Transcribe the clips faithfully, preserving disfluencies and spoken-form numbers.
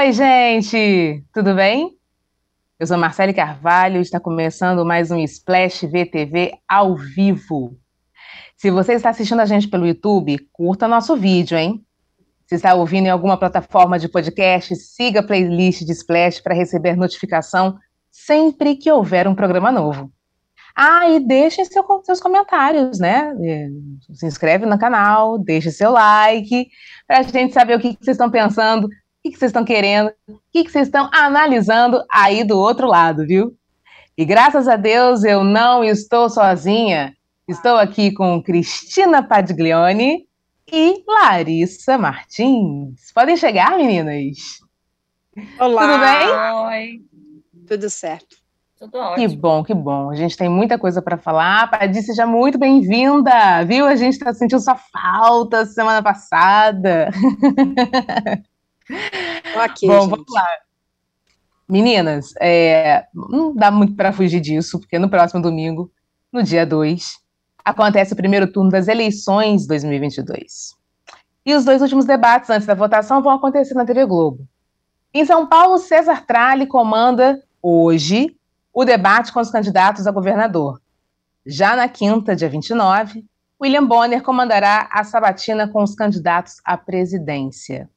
Oi, gente! Tudo bem? Eu sou Marcele Carvalho e está começando mais um Splash V T V ao vivo. Se você está assistindo a gente pelo YouTube, curta nosso vídeo, hein? Se está ouvindo em alguma plataforma de podcast, siga a playlist de Splash para receber notificação sempre que houver um programa novo. Ah, e deixem seu, seus comentários, né? Se inscreve no canal, deixe seu like, para a gente saber o que, que vocês estão pensando, o que, que vocês estão querendo, o que, que vocês estão analisando aí do outro lado, viu? E graças a Deus eu não estou sozinha. Estou aqui com Cristina Padiglione e Larissa Martins. Podem chegar, meninas? Tudo bem? Olá! Oi, tudo certo. Tudo Que ótimo. bom, que bom. A gente tem muita coisa para falar. Padi, seja muito bem-vinda, viu? A gente está sentindo sua falta semana passada. Ok, Bom, vamos gente. lá. Meninas, é, não dá muito para fugir disso, porque no próximo domingo, no dia dois, acontece o primeiro turno das eleições dois mil e vinte e dois. E os dois últimos debates antes da votação vão acontecer na T V Globo. Em São Paulo, César Tralli comanda hoje o debate com os candidatos a governador. Já na quinta, dia vinte e nove, William Bonner comandará a sabatina com os candidatos à presidência.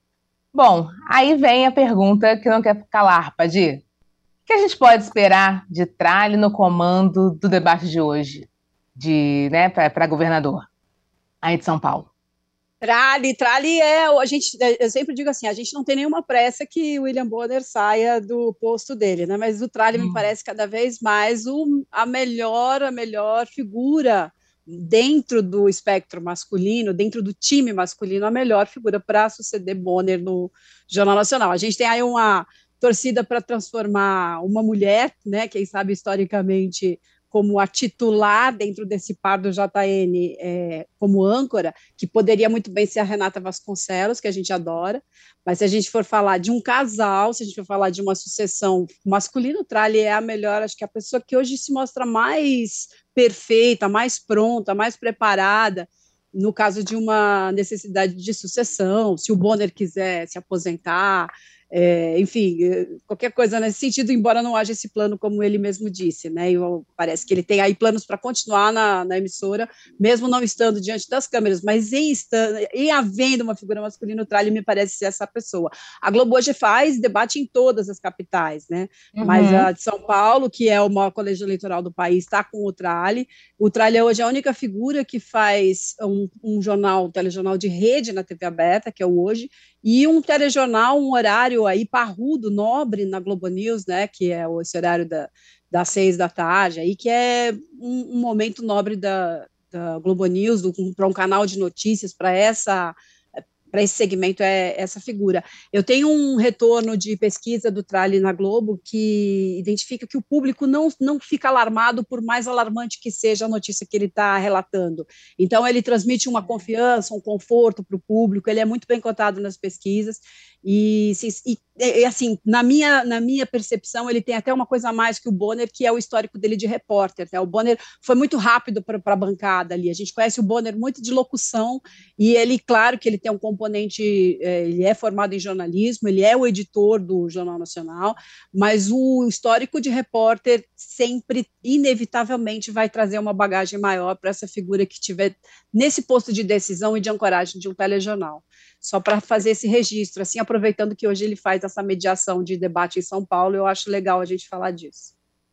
Bom, aí vem a pergunta que não quer calar, Padi. O que a gente pode esperar de Tralli no comando do debate de hoje, de, né, para governador, aí de São Paulo? Trali, Trali é. A gente, eu sempre digo assim: a gente não tem nenhuma pressa que o William Bonner saia do posto dele, né? Mas o Trali me Hum. parece cada vez mais o, a melhor, a melhor figura dentro do espectro masculino, dentro do time masculino, a melhor figura para suceder Bonner no Jornal Nacional. A gente tem aí uma torcida para transformar uma mulher, né? Quem sabe historicamente como a titular dentro desse par do J N, é, como âncora, que poderia muito bem ser a Renata Vasconcelos, que a gente adora, mas se a gente for falar de um casal, se a gente for falar de uma sucessão masculina, o Tralli é a melhor, acho que é a pessoa que hoje se mostra mais perfeita, mais pronta, mais preparada, no caso de uma necessidade de sucessão, se o Bonner quiser se aposentar, é, enfim, qualquer coisa nesse sentido, embora não haja esse plano, como ele mesmo disse, né? E parece que ele tem aí planos para continuar na, na, emissora, mesmo não estando diante das câmeras, mas em, estando, em havendo uma figura masculina, o Tralli me parece ser essa pessoa. A Globo hoje faz debate em todas as capitais, né? Uhum. Mas a de São Paulo, que é o maior colégio eleitoral do país, está com o Tralli. O Tralli é hoje a única figura que faz um, um jornal, um telejornal de rede na T V aberta, que é o Hoje, e um telejornal, um horário aí parrudo, nobre na Globo News, né, que é esse horário da, das seis da tarde, aí, que é um, um momento nobre da, da Globo News, para um canal de notícias, para essa para esse segmento é essa figura. Eu tenho um retorno de pesquisa do Tralli na Globo que identifica que o público não, não fica alarmado por mais alarmante que seja a notícia que ele está relatando. Então, ele transmite uma confiança, um conforto para o público, ele é muito bem cotado nas pesquisas, e, e, e assim, na minha, na minha percepção, ele tem até uma coisa a mais que o Bonner, que é o histórico dele de repórter, né? O Bonner foi muito rápido para a bancada ali, a gente conhece o Bonner muito de locução, e ele, claro que ele tem um componente, ele é formado em jornalismo, ele é o editor do Jornal Nacional, mas o histórico de repórter sempre, inevitavelmente, vai trazer uma bagagem maior para essa figura que tiver nesse posto de decisão e de ancoragem de um telejornal. Só para fazer esse registro, assim, aproveitando que hoje ele faz essa mediação de debate em São Paulo, eu acho legal a gente falar disso.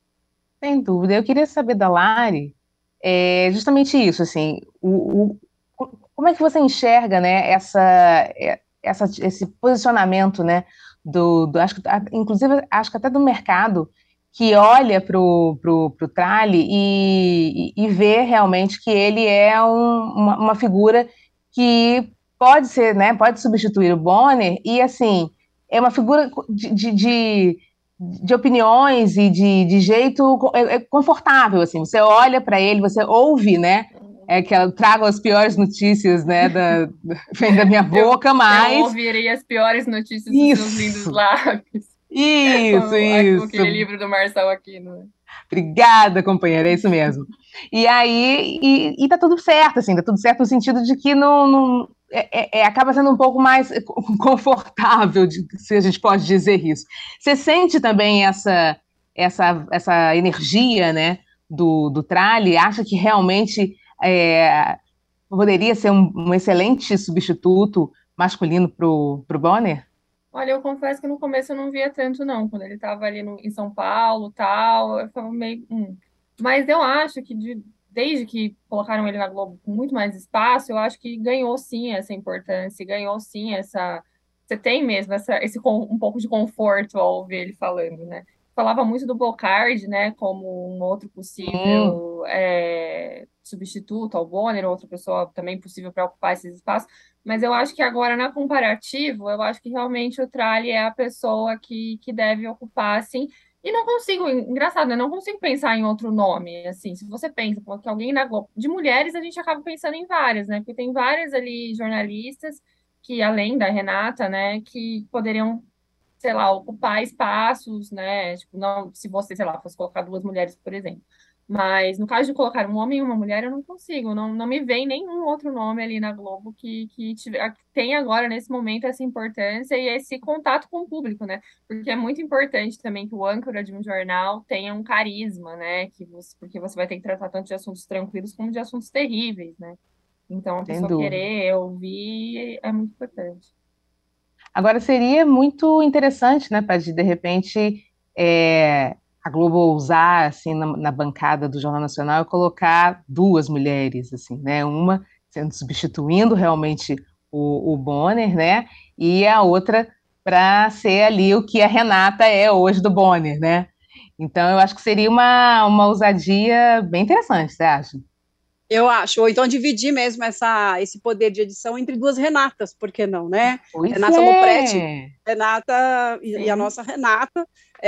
Sem dúvida. Eu queria saber da Lari, é, justamente isso, assim, o, o como é que você enxerga, né, essa, essa, esse posicionamento, né, do, do acho que, inclusive, acho que até do mercado, que olha para o pro, pro Tralli e, e, e vê realmente que ele é um, uma, uma figura que pode ser, né, pode substituir o Bonner, e assim, é uma figura de, de, de de opiniões e de, de jeito confortável, assim, você olha para ele, você ouve, né, é que ela traga as piores notícias, né, da, vem da minha boca, eu, mas... Eu ouvirei as piores notícias isso. dos seus lindos lábios. Isso, com, isso. Com aquele livro do Marçal Aquino. Obrigada, companheira, é isso mesmo. E aí, e, e tá tudo certo, assim, tá tudo certo no sentido de que não, não é, é, acaba sendo um pouco mais confortável, se a gente pode dizer isso. Você sente também essa, essa, essa energia, né, do, do Trali? Acha que realmente é, poderia ser um, um excelente substituto masculino para o Bonner? Olha, eu confesso que no começo eu não via tanto, não. Quando ele estava ali no, em São Paulo, tal, eu ficava meio. Hum. Mas eu acho que de- desde que colocaram ele na Globo com muito mais espaço, eu acho que ganhou sim essa importância, ganhou sim essa. Você tem mesmo essa, esse con- um pouco de conforto ao ouvir ele falando, né? Falava muito do Bocardi, né, como um outro Sim, possível é, substituto ao Bonner, outra pessoa também possível para ocupar esses espaços. Mas eu acho que agora, na comparativo, eu acho que realmente o Trali é a pessoa que, que deve ocupar, assim. E não consigo, engraçado, né? Não consigo pensar em outro nome, assim. Se você pensa pô, que alguém na Globo. De mulheres, a gente acaba pensando em várias, né? Porque tem várias ali jornalistas que, além da Renata, né, que poderiam, sei lá, ocupar espaços, né? Tipo, não, se você, sei lá, fosse colocar duas mulheres, por exemplo. Mas no caso de colocar um homem e uma mulher, eu não consigo, não, não me vem nenhum outro nome ali na Globo que, que, tive- a- que tem agora, nesse momento, essa importância e esse contato com o público, né? Porque é muito importante também que o âncora de um jornal tenha um carisma, né? Que você, porque você vai ter que tratar tanto de assuntos tranquilos como de assuntos terríveis, né? Então, a sem pessoa dúvida. querer ouvir é muito importante. Agora seria muito interessante, né, para de repente é, a Globo usar assim na, na bancada do Jornal Nacional e colocar duas mulheres, assim, né, uma sendo substituindo realmente o, o Bonner, né, e a outra para ser ali o que a Renata é hoje do Bonner, né? Então eu acho que seria uma, uma ousadia bem interessante, você acha? Eu acho, ou então dividir mesmo essa, esse poder de edição entre duas Renatas, por que não, né? Pois Renata Lopretti, é. Renata e, e a Sim. nossa Renata,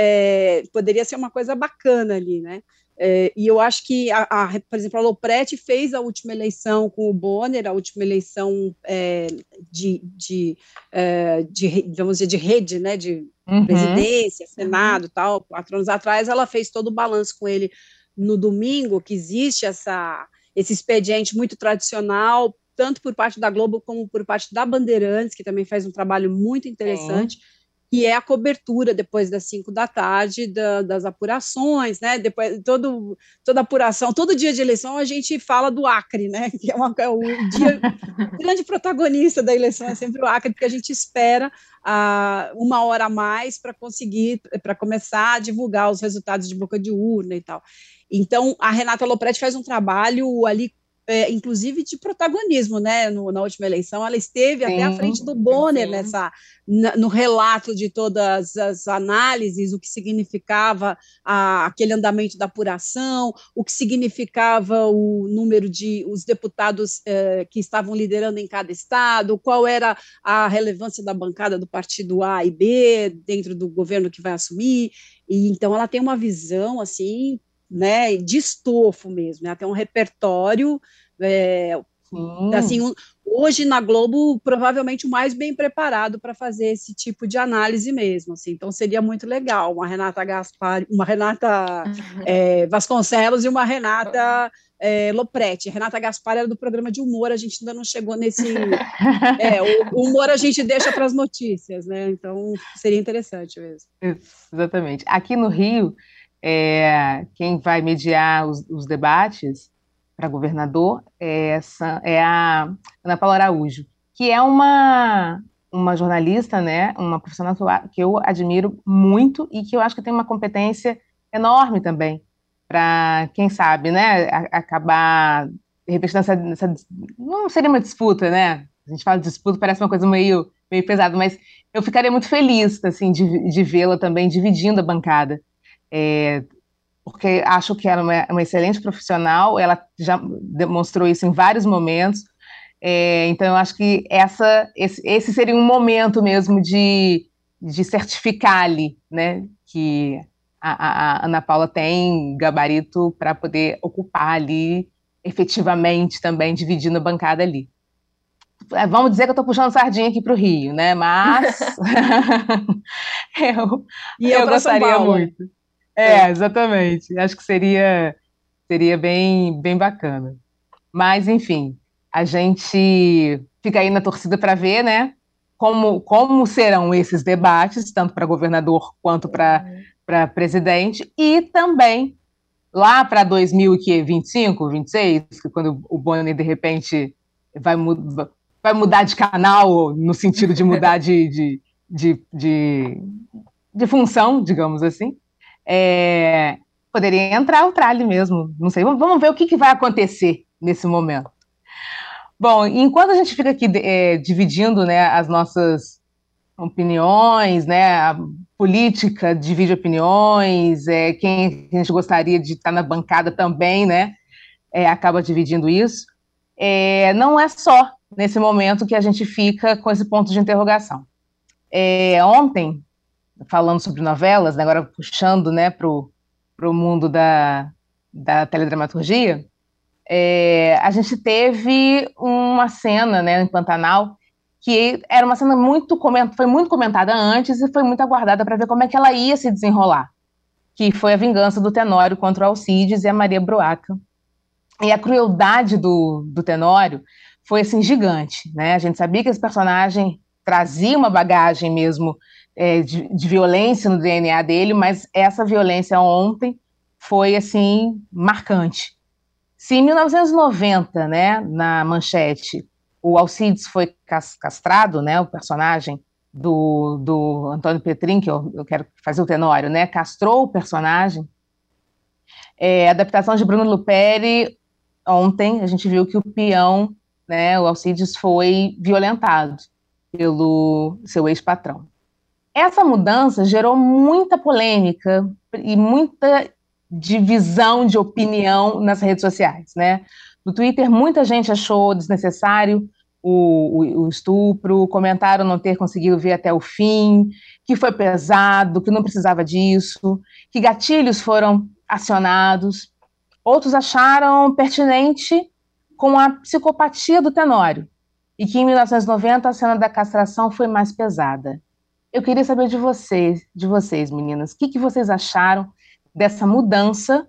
é, poderia ser uma coisa bacana ali, né? É, e eu acho que, a, a, por exemplo, a Lopretti fez a última eleição com o Bonner, a última eleição é, de, de, é, de, vamos dizer, de rede, né? De Uhum. presidência, Senado, tal, quatro anos atrás, ela fez todo o balanço com ele no domingo, que existe essa esse expediente muito tradicional, tanto por parte da Globo como por parte da Bandeirantes, que também faz um trabalho muito Sim. interessante, que é a cobertura depois das cinco da tarde da, das apurações, né? Depois todo, toda apuração, todo dia de eleição a gente fala do Acre, né? Que é, uma, é o dia o grande protagonista da eleição é sempre o Acre, porque a gente espera ah, uma hora a mais para conseguir, para começar a divulgar os resultados de boca de urna e tal. Então, a Renata Lopretti faz um trabalho ali, é, inclusive de protagonismo, né? No, na última eleição, ela esteve até à frente Sim. do Bonner Sim. nessa, na, no relato de todas as análises, o que significava a, aquele andamento da apuração, o que significava o número de os deputados eh, que estavam liderando em cada estado, qual era a relevância da bancada do partido A e B dentro do governo que vai assumir. E então ela tem uma visão assim, né, de estofo mesmo, né? Ela tem um repertório é, assim, Sim. um, hoje na Globo, provavelmente o mais bem preparado para fazer esse tipo de análise mesmo, assim. Então seria muito legal uma Renata Gaspar, uma Renata é, Vasconcelos e uma Renata é, Lopretti. Renata Gaspar era do programa de humor, a gente ainda não chegou nesse. É, o humor a gente deixa para as notícias, né? Então seria interessante mesmo. Exatamente. Aqui no Rio, é, quem vai mediar os, os debates para governador é, essa, é a Ana Paula Araújo, que é uma, uma jornalista, né, uma profissional que eu, a- que eu admiro muito e que eu acho que tem uma competência enorme também para, quem sabe, né, a- acabar, de repente, nessa, nessa, não seria uma disputa, né? A gente fala de disputa, parece uma coisa meio, meio pesada, mas eu ficaria muito feliz, assim, de, de vê-la também dividindo a bancada, é, porque acho que ela é uma, uma excelente profissional, ela já demonstrou isso em vários momentos, é, então eu acho que essa, esse, esse seria um momento mesmo de, de certificar ali, né, que a, a, a Ana Paula tem gabarito para poder ocupar ali efetivamente também, dividindo a bancada ali. É, vamos dizer que eu estou puxando sardinha aqui para o Rio, né? Mas eu, E eu eu para São gostaria Paulo, é. muito. É, exatamente. Acho que seria, seria bem, bem bacana. Mas, enfim, a gente fica aí na torcida para ver, né, como, como serão esses debates, tanto para governador quanto para para presidente, e também lá para dois mil e vinte e cinco, vinte e seis, quando o Bonner, de repente, vai, vai mudar de canal, no sentido de mudar de, de, de, de, de função, digamos assim, é, poderia entrar o Trali mesmo, não sei, vamos ver o que, que vai acontecer nesse momento. Bom, enquanto a gente fica aqui é, dividindo, né, as nossas opiniões, né, a política divide opiniões, é, quem a gente gostaria de estar na bancada também, né, é, acaba dividindo isso, é, não é só nesse momento que a gente fica com esse ponto de interrogação. É, ontem, falando sobre novelas, né, agora puxando, né, para o mundo da, da teledramaturgia, é, a gente teve uma cena, né, em Pantanal, que era uma cena muito comentada, foi muito comentada antes e foi muito aguardada para ver como é que ela ia se desenrolar, que foi a vingança do Tenório contra o Alcides e a Maria Bruaca. E a crueldade do, do Tenório foi, assim, gigante, né? A gente sabia que esse personagem trazia uma bagagem mesmo é, de, de violência no D N A dele, mas essa violência ontem foi, assim, marcante. Se em mil novecentos e noventa, né, na Manchete, o Alcides foi castrado, né, o personagem do, do Antônio Petrin, que eu, eu quero fazer o Tenório, né, castrou o personagem, é, a adaptação de Bruno Luperi, ontem a gente viu que o peão, né, o Alcides, foi violentado pelo seu ex-patrão. Essa mudança gerou muita polêmica e muita divisão de opinião nas redes sociais, né? No Twitter, muita gente achou desnecessário o, o, o estupro, comentaram não ter conseguido ver até o fim, que foi pesado, que não precisava disso, que gatilhos foram acionados. Outros acharam pertinente com a psicopatia do Tenório, e que em mil novecentos e noventa a cena da castração foi mais pesada. Eu queria saber de vocês, de vocês, meninas, o que, que vocês acharam dessa mudança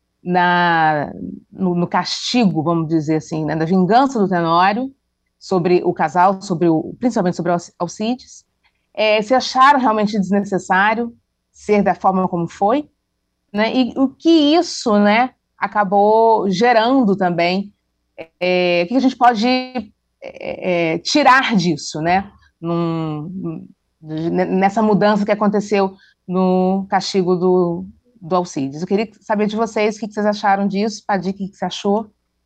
na, no, no castigo, vamos dizer assim, né, da vingança do Tenório sobre o casal, sobre o, principalmente sobre o Alcides. É, se acharam realmente desnecessário ser da forma como foi, né, e o que isso, né, acabou gerando também, é, o que a gente pode é, tirar disso, né, num, nessa mudança que aconteceu no castigo do, do Alcides. Eu queria saber de vocês o que vocês acharam disso. Padi, o que você achou?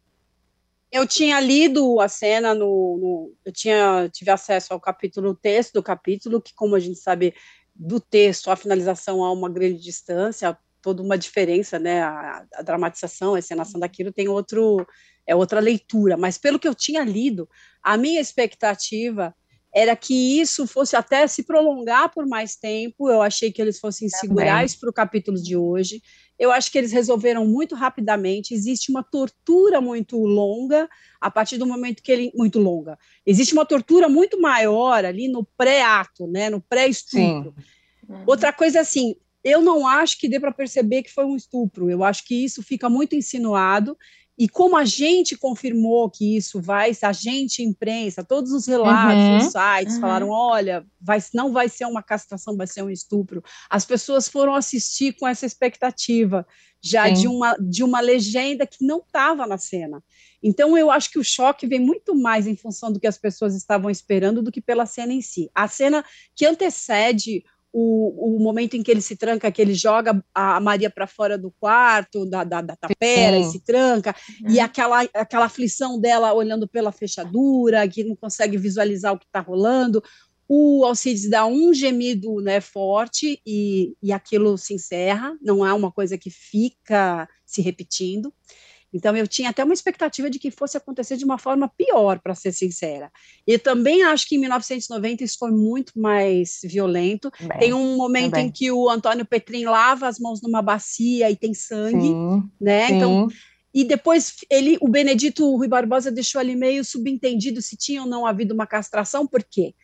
Eu tinha lido a cena, no, no, eu tinha, tive acesso ao capítulo, o texto do capítulo, que, como a gente sabe, do texto à finalização há uma grande distância, toda uma diferença, né? A, a dramatização, a encenação daquilo tem outro, é outra leitura. Mas pelo que eu tinha lido, a minha expectativa era que isso fosse até se prolongar por mais tempo. Eu achei que eles fossem segurar isso para o capítulo de hoje. Eu acho que eles resolveram muito rapidamente. Existe uma tortura muito longa, a partir do momento que ele... Muito longa. Existe uma tortura muito maior ali no pré-ato, né, no pré-estupro. Uhum. Outra coisa, assim, eu não acho que dê para perceber que foi um estupro. Eu acho que isso fica muito insinuado. E como a gente confirmou que isso vai, a gente, imprensa, todos os relatos, uhum, os sites, uhum, falaram, olha, vai, não vai ser uma castração, vai ser um estupro. As pessoas foram assistir com essa expectativa, já de uma, de uma legenda que não estava na cena. Então, eu acho que o choque vem muito mais em função do que as pessoas estavam esperando do que pela cena em si. A cena que antecede O, o momento em que ele se tranca, que ele joga a Maria para fora do quarto, da, da, da tapera, Sim. e se tranca, uhum, e aquela, aquela aflição dela olhando pela fechadura, que não consegue visualizar o que está rolando. O Alcides dá um gemido, né, forte, e, e aquilo se encerra, não é uma coisa que fica se repetindo. Então, eu tinha até uma expectativa de que fosse acontecer de uma forma pior, para ser sincera. E também acho que em mil novecentos e noventa isso foi muito mais violento. Bem, tem um momento também em que o Antônio Petrin lava as mãos numa bacia e tem sangue, sim, né? Sim. Então, e depois ele, o Benedito Rui Barbosa deixou ali meio subentendido se tinha ou não havido uma castração. Por quê?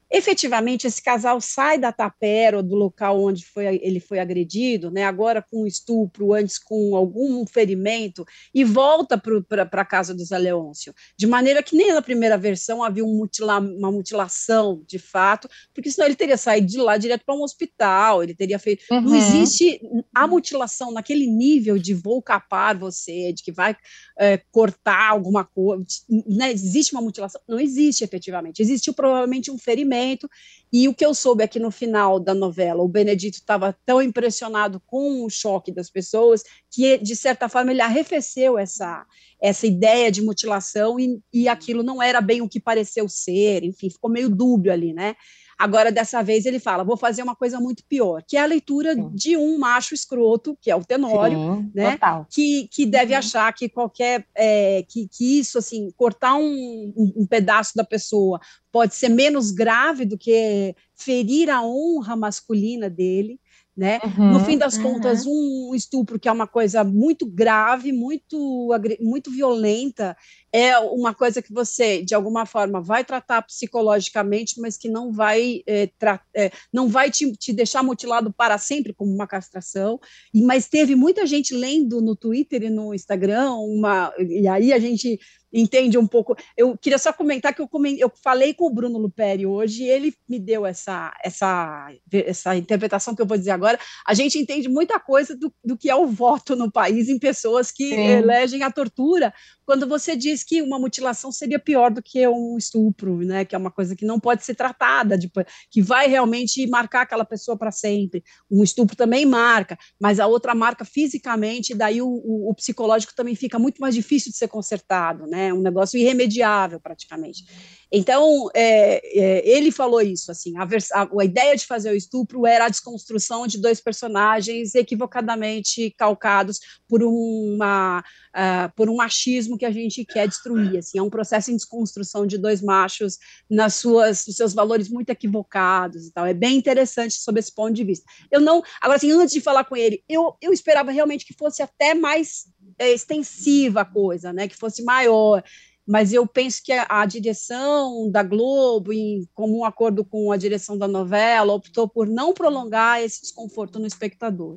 Efetivamente, esse casal sai da tapera, ou do local onde foi, ele foi agredido, né, agora com estupro, antes com algum ferimento, e volta para a casa do Zé Leôncio. De maneira que nem na primeira versão havia um mutila, uma mutilação, de fato, porque senão ele teria saído de lá direto para um hospital, ele teria feito... Não Uhum. existe a mutilação naquele nível de vou capar você, de que vai é, cortar alguma coisa, né? Existe uma mutilação? Não existe, efetivamente. Existiu provavelmente um ferimento. E o que eu soube aqui no final da novela, o Benedito estava tão impressionado com o choque das pessoas que, de certa forma, ele arrefeceu essa, essa ideia de mutilação e, e aquilo não era bem o que pareceu ser, enfim, ficou meio dúbio ali, né? Agora, dessa vez, ele fala, vou fazer uma coisa muito pior, que é a leitura Sim. de um macho escroto, que é o Tenório, Sim, né? total. Que, que deve Uhum. achar que qualquer, é, que, que isso, assim, cortar um, um, um pedaço da pessoa pode ser menos grave do que ferir a honra masculina dele, né? No fim Uhum. das contas, Uhum. um estupro que é uma coisa muito grave, muito, agre- muito violenta, é uma coisa que você, de alguma forma, vai tratar psicologicamente, mas que não vai, é, tra- é, não vai te, te deixar mutilado para sempre, como uma castração. E, mas teve muita gente lendo no Twitter e no Instagram, uma, e aí a gente entende um pouco. Eu queria só comentar que eu, comen- eu falei com o Bruno Luperi hoje, e ele me deu essa, essa, essa interpretação que eu vou dizer agora. A gente entende muita coisa do, do que é o voto no país em pessoas que Sim. elegem a tortura, quando você diz que uma mutilação seria pior do que um estupro, né? Que é uma coisa que não pode ser tratada, de, que vai realmente marcar aquela pessoa para sempre. Um estupro também marca, mas a outra marca fisicamente, e daí o, o, o psicológico também fica muito mais difícil de ser consertado, né? Um negócio irremediável praticamente. Então, é, é, ele falou isso, assim, a, vers- a, a ideia de fazer o estupro era a desconstrução de dois personagens equivocadamente calcados por uma uh, por um machismo que a gente quer destruir, assim, é um processo em desconstrução de dois machos nas suas, nos seus valores muito equivocados e tal, é bem interessante sob esse ponto de vista. Eu não, agora assim, antes de falar com ele, eu, eu esperava realmente que fosse até mais é, extensiva a coisa, né, que fosse maior, mas eu penso que a, a direção da Globo, em comum acordo com a direção da novela, optou por não prolongar esse desconforto no espectador.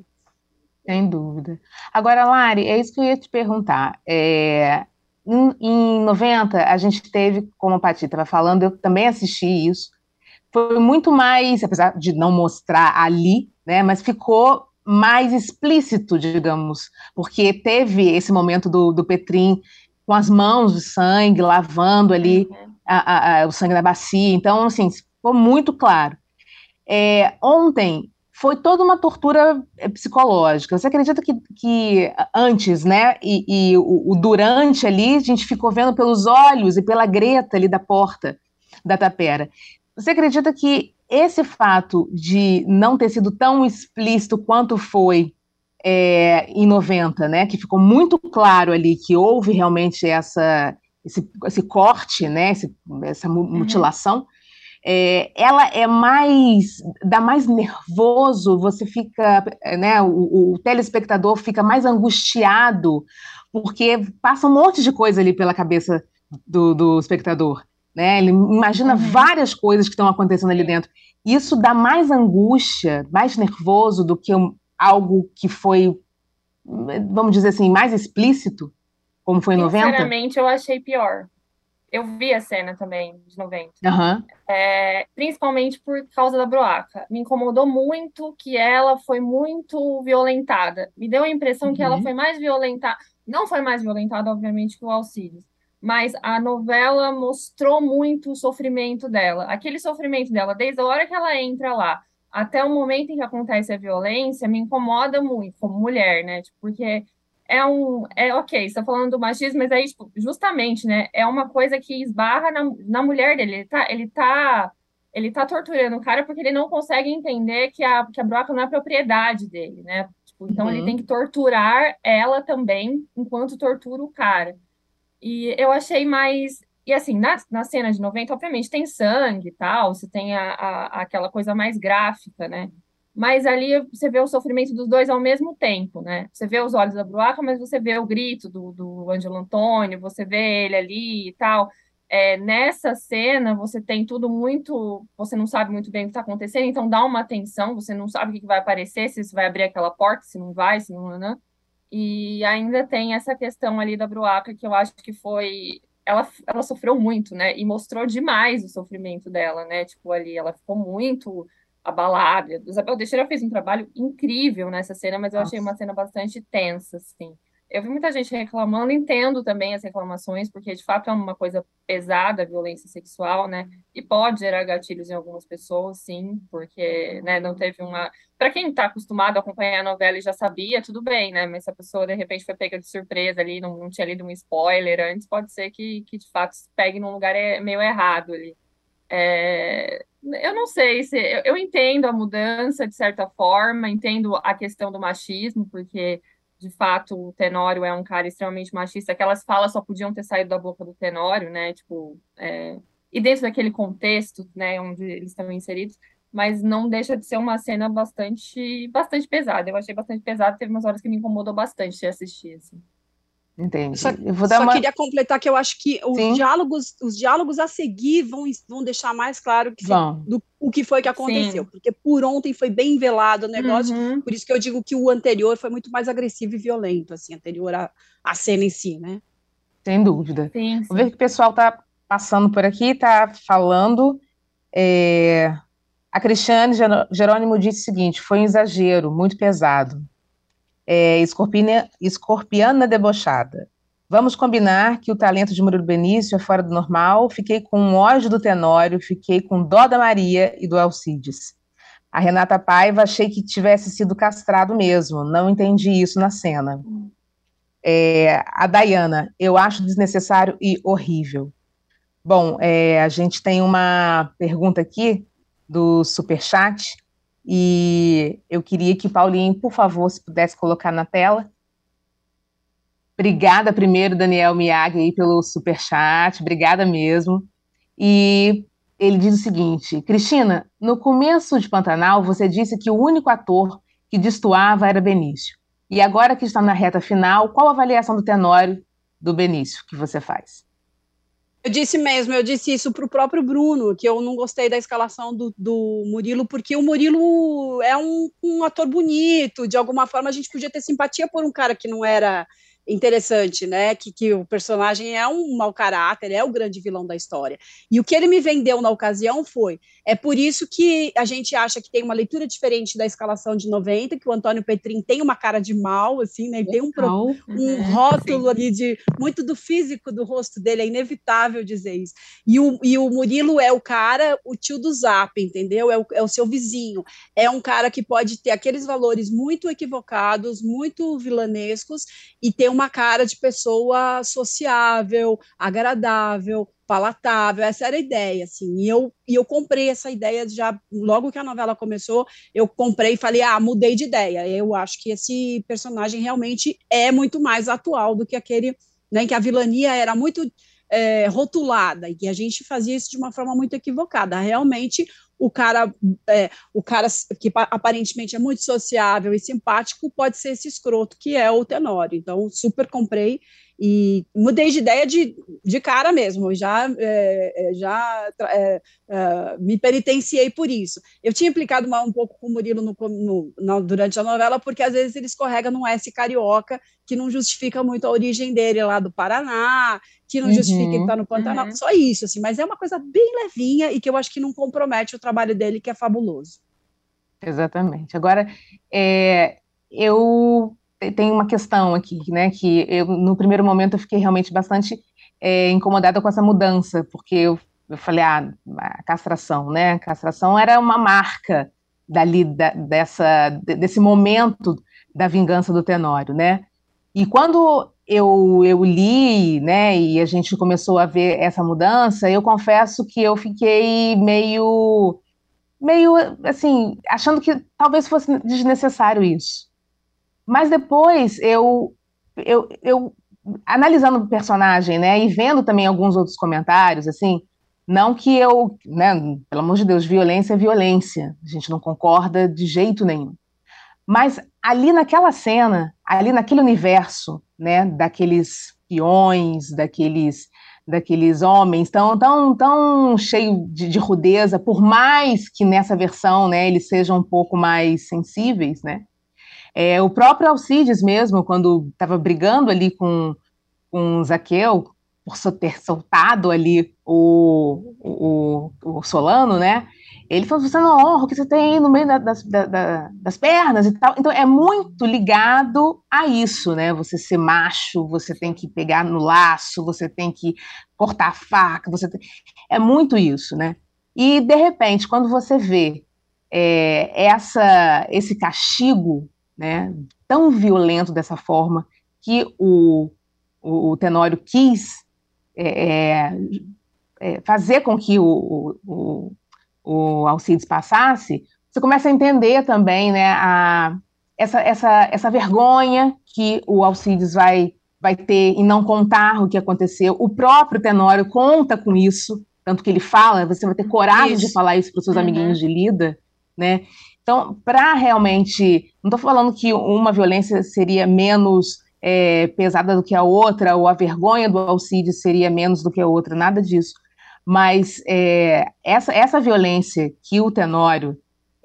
Sem dúvida. Agora, Lari, é isso que eu ia te perguntar. É, em, em noventa, a gente teve, como a Paty estava falando, eu também assisti isso. Foi muito mais, apesar de não mostrar ali, né, mas ficou mais explícito, digamos, porque teve esse momento do, do Petrim com as mãos de sangue, lavando ali Uhum. a, a, a, o sangue da bacia. Então, assim, ficou muito claro. É, ontem foi toda uma tortura é, psicológica. Você acredita que, que antes, né, e, e o, o durante ali, a gente ficou vendo pelos olhos e pela greta ali da porta da tapera. Você acredita que esse fato de não ter sido tão explícito quanto foi é, em noventa, né, que ficou muito claro ali que houve realmente essa, esse, esse corte, né, esse, essa mutilação, uhum. É, ela é mais, dá mais nervoso, você fica, né, o, o telespectador fica mais angustiado, porque passa um monte de coisa ali pela cabeça do, do espectador, né, ele imagina uhum. várias coisas que estão acontecendo ali dentro, isso dá mais angústia, mais nervoso do que um, algo que foi, vamos dizer assim, mais explícito, como foi em noventa? Sinceramente, eu achei pior. Eu vi a cena também, de noventa. Uhum. É, principalmente por causa da Broaca. Me incomodou muito que ela foi muito violentada. Me deu a impressão uhum. que ela foi mais violentada. Não foi mais violentada, obviamente, que o Alcides. Mas a novela mostrou muito o sofrimento dela. Aquele sofrimento dela, desde a hora que ela entra lá até o momento em que acontece a violência, me incomoda muito, como mulher, né? Tipo, porque é um. É ok, você está falando do machismo, mas aí, tipo, justamente, né? É uma coisa que esbarra na, na mulher dele. Ele tá, ele tá, ele tá torturando o cara porque ele não consegue entender que a, que a broca não é propriedade dele, né? Tipo, então uhum. ele tem que torturar ela também, enquanto tortura o cara. E eu achei mais. E assim, na, na cena de noventa, obviamente, tem sangue e tal, você tem a, a, aquela coisa mais gráfica, né? Mas ali você vê o sofrimento dos dois ao mesmo tempo, né? Você vê os olhos da Bruaca, mas você vê o grito do, do Ângelo Antônio, você vê ele ali e tal. é, nessa cena você tem tudo muito, você não sabe muito bem o que está acontecendo, então dá uma tensão, você não sabe o que que vai aparecer, se você vai abrir aquela porta, se não vai, se não, né? E ainda tem essa questão ali da Bruaca, que eu acho que foi. Ela, ela sofreu muito, né? E mostrou demais o sofrimento dela, né? Tipo, ali, ela ficou muito abalada. Isabel Teixeira fez um trabalho incrível nessa cena, mas eu achei uma Nossa. cena bastante tensa, assim. Eu vi muita gente reclamando, entendo também as reclamações, porque de fato é uma coisa pesada, a violência sexual, né? E pode gerar gatilhos em algumas pessoas, sim, porque, né, não teve uma. Para quem está acostumado a acompanhar a novela e já sabia, tudo bem, né? Mas se a pessoa de repente foi pega de surpresa ali, não, não tinha lido um spoiler antes, pode ser que, que de fato se pegue num lugar é, meio errado ali. É, eu não sei se eu, eu entendo a mudança de certa forma, entendo a questão do machismo, porque de fato o Tenório é um cara extremamente machista. Aquelas falas só podiam ter saído da boca do Tenório, né? Tipo, é, e dentro daquele contexto, né, onde eles estão inseridos, mas não deixa de ser uma cena bastante, bastante pesada. Eu achei bastante pesada, teve umas horas que me incomodou bastante de assistir, assim. Eu só, Entendi. Eu vou dar só uma. queria completar que eu acho que os Sim, diálogos, os diálogos a seguir vão, vão deixar mais claro que se, vão. do, o que foi que aconteceu, Sim. porque por ontem foi bem velado o negócio, Uhum. por isso que eu digo que o anterior foi muito mais agressivo e violento, assim, anterior à, à cena em si, né? Sem dúvida. Sim, Vou ver o sim. que o pessoal está passando por aqui, está falando. É, A Cristiane Gero- Jerônimo disse o seguinte: foi um exagero, muito pesado. É, escorpina- escorpiana debochada. Vamos combinar que o talento de Murilo Benício é fora do normal. Fiquei com ódio do Tenório, fiquei com dó da Maria e do Alcides. A Renata Paiva achei que tivesse sido castrado mesmo, não entendi isso na cena. É, a Dayana, eu acho desnecessário e horrível. Bom, é, a gente tem uma pergunta aqui do Superchat e eu queria que o Paulinho, por favor, se pudesse colocar na tela. Obrigada primeiro, Daniel Miyagi, aí, pelo Superchat, obrigada mesmo. E ele diz o seguinte: Cristina, no começo de Pantanal, você disse que o único ator que destoava era Benício. E agora que está na reta final, qual a avaliação do Tenório do Benício que você faz? Eu disse mesmo, eu disse isso para o próprio Bruno, que eu não gostei da escalação do, do Murilo, porque o Murilo é um, um ator bonito, de alguma forma a gente podia ter simpatia por um cara que não era interessante, né? Que, que o personagem é um mau caráter, é o grande vilão da história. E o que ele me vendeu na ocasião foi: é por isso que a gente acha que tem uma leitura diferente da escalação de noventa, que o Antônio Petrin tem uma cara de mal, assim, né? Ele tem um, Total. um Uhum. rótulo Sim. ali de muito do físico do rosto dele, é inevitável dizer isso. E o, e o Murilo é o cara, o tio do Zap, entendeu? É o, é o seu vizinho. É um cara que pode ter aqueles valores muito equivocados, muito vilanescos, e ter uma cara de pessoa sociável, agradável, palatável. Essa era a ideia, assim. E eu, e eu comprei essa ideia já logo que a novela começou. Eu comprei e falei, ah, mudei de ideia. Eu acho que esse personagem realmente é muito mais atual do que aquele, né, em que a vilania era muito é, rotulada e que a gente fazia isso de uma forma muito equivocada. Realmente, o cara, é, o cara que aparentemente é muito sociável e simpático pode ser esse escroto que é o Tenório. Então, super comprei e mudei de ideia de, de cara mesmo. Já, é, já é, é, me penitenciei por isso. Eu tinha implicado uma, um pouco com o Murilo no, no, no, durante a novela, porque às vezes ele escorrega num S carioca que não justifica muito a origem dele lá do Paraná, que não justifica ele estar Uhum, no Pantanal, Uhum. só isso, assim, mas é uma coisa bem levinha e que eu acho que não compromete o trabalho dele, que é fabuloso. exatamente. Agora, é, eu te- tenho uma questão aqui, né? Que eu, no primeiro momento, eu fiquei realmente bastante é, incomodada com essa mudança, porque eu, eu falei, ah, a castração, né? A castração era uma marca dali, da- dessa, de- desse momento da vingança do Tenório, né? E quando eu, eu li, né, e a gente começou a ver essa mudança, eu confesso que eu fiquei meio meio assim, achando que talvez fosse desnecessário isso. Mas depois eu, eu, eu analisando o personagem, né, e vendo também alguns outros comentários, assim, não que eu, né, pelo amor de Deus, violência é violência, a gente não concorda de jeito nenhum. Mas ali naquela cena, ali naquele universo, né, daqueles peões, daqueles daqueles homens tão, tão, tão cheio de, de rudeza, por mais que nessa versão, né, eles sejam um pouco mais sensíveis, né? É, o próprio Alcides mesmo, quando estava brigando ali com, com Zaqueu, por ter soltado ali o, o, o Solano, né? Ele falou, você não honra o que você tem aí no meio da, das, da, das pernas e tal. Então é muito ligado a isso, né? Você ser macho, você tem que pegar no laço, você tem que cortar a faca, você tem... é muito isso, né? E de repente, quando você vê é, essa, esse castigo, né, tão violento dessa forma que o, o, o Tenório quis é, é, fazer com que o, o, o Alcides passasse, você começa a entender também, né, a, essa, essa, essa vergonha que o Alcides vai, vai ter em não contar o que aconteceu. O próprio Tenório conta com isso, tanto que ele fala, você vai ter coragem isso. de falar isso para os seus uhum. amiguinhos de Lida, né? Então, para realmente... Não estou falando que uma violência seria menos é, pesada do que a outra, ou a vergonha do Alcides seria menos do que a outra, nada disso. Mas é, essa, essa violência que o Tenório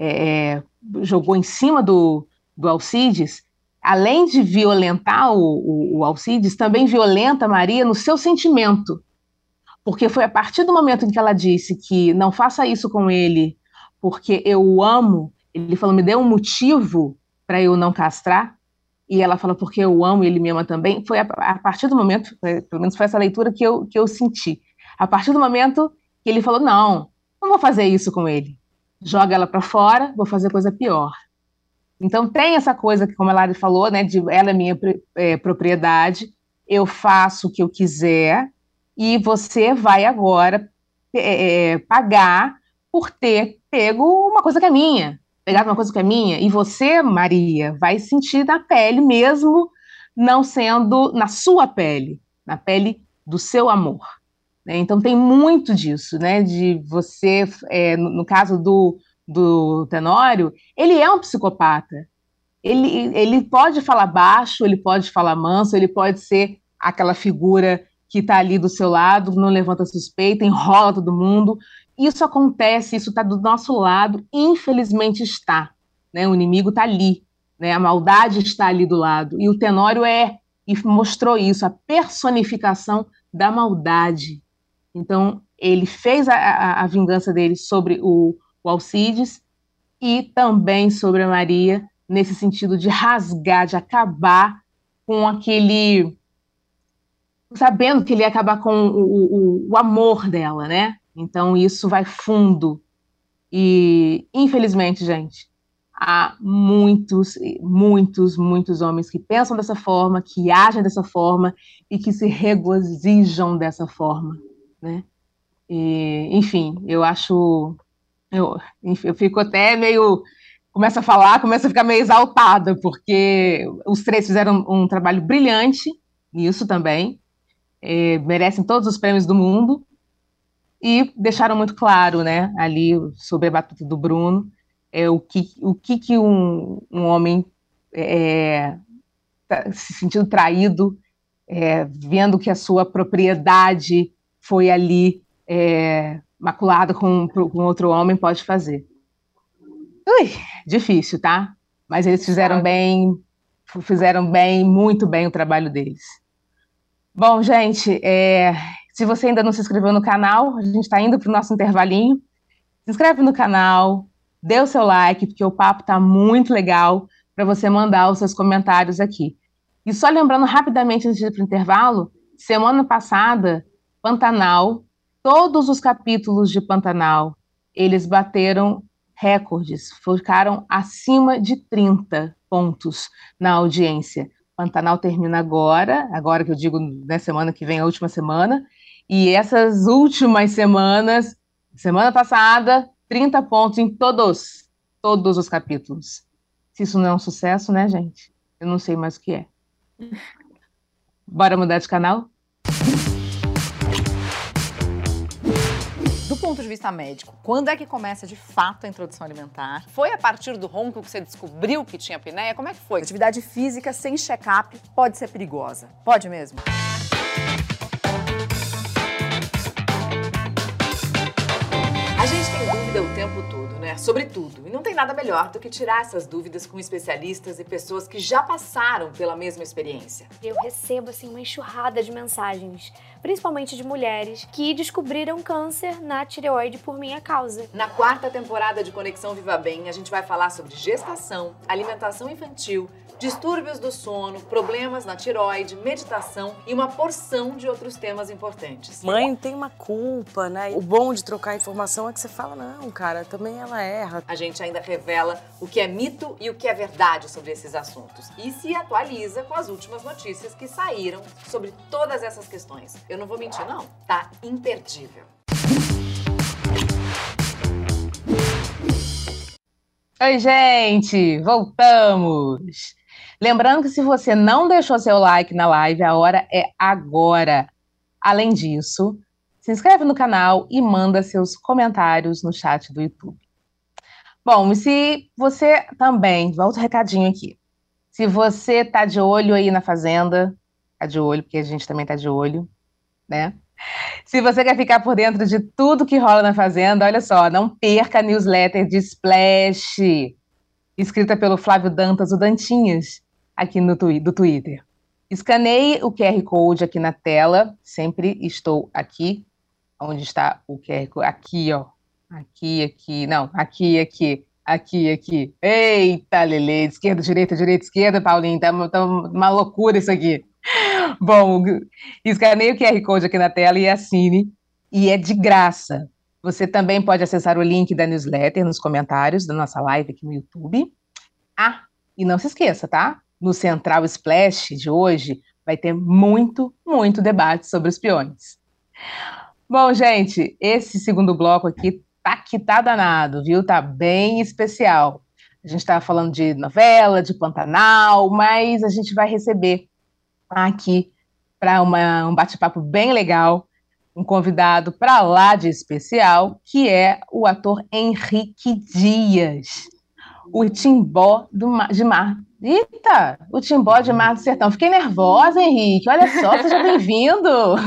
é, jogou em cima do, do Alcides, além de violentar o, o, o Alcides, também violenta a Maria no seu sentimento. Porque foi a partir do momento em que ela disse que não faça isso com ele, porque eu o amo, ele falou, me dê um motivo para eu não castrar, e ela fala, porque eu o amo e ele me ama também, foi a, a partir do momento, pelo menos foi essa leitura que eu, que eu senti, a partir do momento que ele falou, não, não vou fazer isso com ele, joga ela para fora, vou fazer coisa pior. Então tem essa coisa que, como a Lari falou, né, de ela é minha é, propriedade, eu faço o que eu quiser, e você vai agora é, pagar por ter pego uma coisa que é minha, pegado uma coisa que é minha, e você, Maria, vai sentir na pele mesmo, não sendo na sua pele, na pele do seu amor. Né? Então tem muito disso, né, de você, é, no, no caso do, do Tenório, ele é um psicopata, ele, ele pode falar baixo, ele pode falar manso, ele pode ser aquela figura que está ali do seu lado, não levanta suspeita, enrola todo mundo. Isso acontece, isso está do nosso lado, infelizmente está. Né? O inimigo está ali, né? A maldade está ali do lado. E o Tenório é, e mostrou isso, a personificação da maldade. Então, ele fez a, a, a vingança dele sobre o, o Alcides e também sobre a Maria, nesse sentido de rasgar, de acabar com aquele... sabendo que ele ia acabar com o, o, o amor dela, né? Então isso vai fundo. E, infelizmente, gente, há muitos, muitos, muitos homens que pensam dessa forma, que agem dessa forma e que se regozijam dessa forma, né? E, enfim, eu acho... Eu, eu fico até meio... Começo a falar, começo a ficar meio exaltada, porque os três fizeram um, um trabalho brilhante nisso também. É, merecem todos os prêmios do mundo e deixaram muito claro, né, ali sobre a batuta do Bruno, é, o que o que, que um, um homem é, tá se sentindo traído, é, vendo que a sua propriedade foi ali é, maculada com, com outro homem, pode fazer. Ui, difícil, tá? Mas eles fizeram bem, fizeram bem, muito bem o trabalho deles. Bom, gente, é, se você ainda não se inscreveu no canal, a gente está indo para o nosso intervalinho. Se inscreve no canal, dê o seu like, porque o papo está muito legal para você mandar os seus comentários aqui. E só lembrando rapidamente antes de ir para o intervalo, semana passada, Pantanal, todos os capítulos de Pantanal, eles bateram recordes, ficaram acima de trinta pontos na audiência. Pantanal termina agora, agora que eu digo na semana que vem, a última semana, e essas últimas semanas, semana passada, trinta pontos em todos, todos os capítulos. Se isso não é um sucesso, né, gente? Eu não sei mais o que é. Bora mudar de canal? Do ponto de vista médico, quando é que começa de fato a introdução alimentar? Foi a partir do ronco que você descobriu que tinha apneia? Como é que foi? Atividade física sem check-up pode ser perigosa. Pode mesmo? né? Sobre tudo. E não tem nada melhor do que tirar essas dúvidas com especialistas e pessoas que já passaram pela mesma experiência. Eu recebo, assim, uma enxurrada de mensagens, principalmente de mulheres, que descobriram câncer na tireoide por minha causa. Na quarta temporada de Conexão Viva Bem, a gente vai falar sobre gestação, alimentação infantil, distúrbios do sono, problemas na tireoide, meditação e uma porção de outros temas importantes. Mãe tem uma culpa, né? O bom de trocar informação é que você fala, não, cara, também ela erra. A gente ainda revela o que é mito e o que é verdade sobre esses assuntos. E se atualiza com as últimas notícias que saíram sobre todas essas questões. Eu não vou mentir, não. Tá imperdível. Oi, gente! Voltamos! Lembrando que se você não deixou seu like na live, a hora é agora. Além disso, se inscreve no canal e manda seus comentários no chat do YouTube. Bom, e se você também, volta o recadinho aqui. Se você tá de olho aí na Fazenda, tá de olho, porque a gente também tá de olho, né? Se você quer ficar por dentro de tudo que rola na Fazenda, olha só, não perca a newsletter de Splash, escrita pelo Flávio Dantas, o Dantinhas, aqui no twi- do Twitter. Escaneie o Q R Code aqui na tela, sempre estou aqui, onde está o Q R Code, aqui, ó, aqui, aqui, não, aqui, aqui, aqui, aqui. Eita, Lelê, esquerda, direita, direita, esquerda, Paulinho, tá, tá uma loucura isso aqui. Bom, escaneie o Q R Code aqui na tela e assine, e é de graça. Você também pode acessar o link da newsletter nos comentários da nossa live aqui no YouTube. Ah, e não se esqueça, tá? No Central Splash de hoje vai ter muito, muito debate sobre os peões. Bom, gente, esse segundo bloco aqui tá que tá danado, viu? Tá bem especial. A gente estava falando de novela, de Pantanal, mas a gente vai receber aqui para um bate-papo bem legal, um convidado para lá de especial, que é o ator Henrique Dias, o Timbó do Mar, de Mar. Eita, o Timbó de Mar do Sertão. Fiquei nervosa, Henrique. Olha só, seja bem-vindo.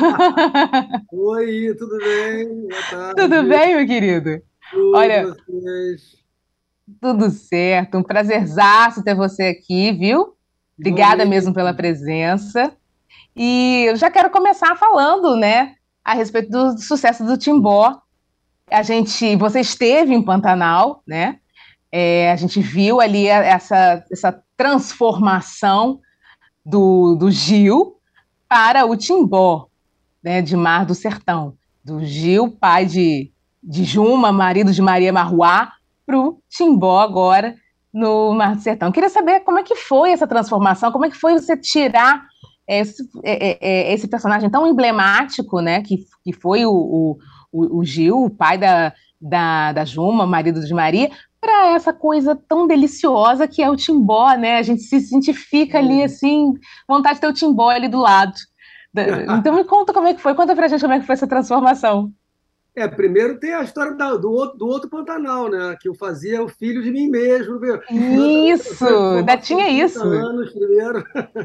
Oi, tudo bem? Boa tarde. Tudo bem, meu querido? Tudo, Olha, vocês? tudo certo. Um prazerzaço ter você aqui, viu? Obrigada Igualmente. mesmo pela presença. E eu já quero começar falando, né, a respeito do sucesso do Timbó. A gente, você esteve em Pantanal, né? É, a gente viu ali essa, essa transformação do, do Gil para o Timbó, né, de Mar do Sertão. Do Gil, pai de, de Juma, marido de Maria Marruá, para o Timbó agora no Mar do Sertão. Queria saber como é que foi essa transformação, como é que foi você tirar esse, esse personagem tão emblemático, né, que, que foi o, o, o Gil, o pai da, da, da Juma, marido de Maria, para essa coisa tão deliciosa que é o Timbó, né? A gente se identifica ali, assim, vontade de ter o Timbó ali do lado. Então me conta como é que foi, conta pra gente como é que foi essa transformação. É, primeiro tem a história da- do, outro, do outro Pantanal, né? Que eu fazia o filho de mim mesmo. viu? Isso, ainda tinha isso. anos primeiro,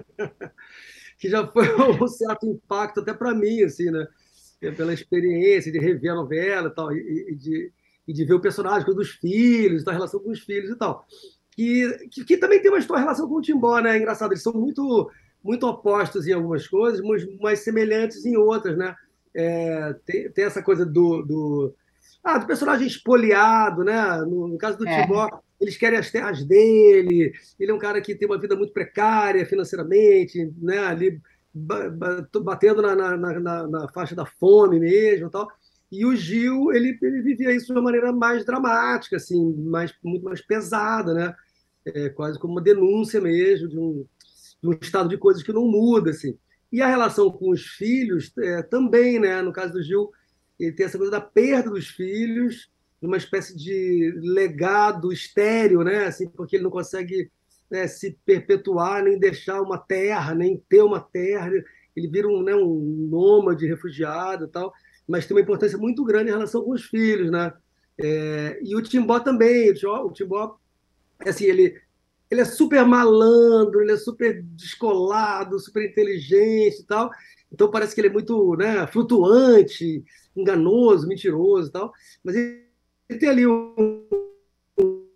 que já foi um certo impacto até para mim, assim, né? É, pela experiência de rever a novela e tal, e, e de, e de ver o personagem dos filhos, da relação com os filhos e tal. Que, que, que também tem uma história, relação com o Timbó, né? É engraçado, eles são muito, muito opostos em algumas coisas, mas, mas semelhantes em outras, né? É, tem, tem essa coisa do, do, ah, do personagem espoliado, né? No, no caso do É. Timbó, eles querem as terras dele, ele é um cara que tem uma vida muito precária financeiramente, né? Ali ba- ba- batendo na, na, na, na faixa da fome mesmo e tal. E o Gil, ele, ele vivia isso de uma maneira mais dramática, assim, mais, muito mais pesada, né? É, quase como uma denúncia mesmo de um, de um estado de coisas que não muda, assim. E a relação com os filhos é, também, né? No caso do Gil, ele tem essa coisa da perda dos filhos, de uma espécie de legado estéril, né? Assim, porque ele não consegue, né, se perpetuar, nem deixar uma terra, nem ter uma terra. Ele vira um, né, um nômade, refugiado e tal, mas tem uma importância muito grande em relação com os filhos, né? É, e o Timbó também. O Timbó, assim, ele, ele é super malandro, ele é super descolado, super inteligente e tal. Então parece que ele é muito, né, flutuante, enganoso, mentiroso e tal. Mas ele, ele tem ali um,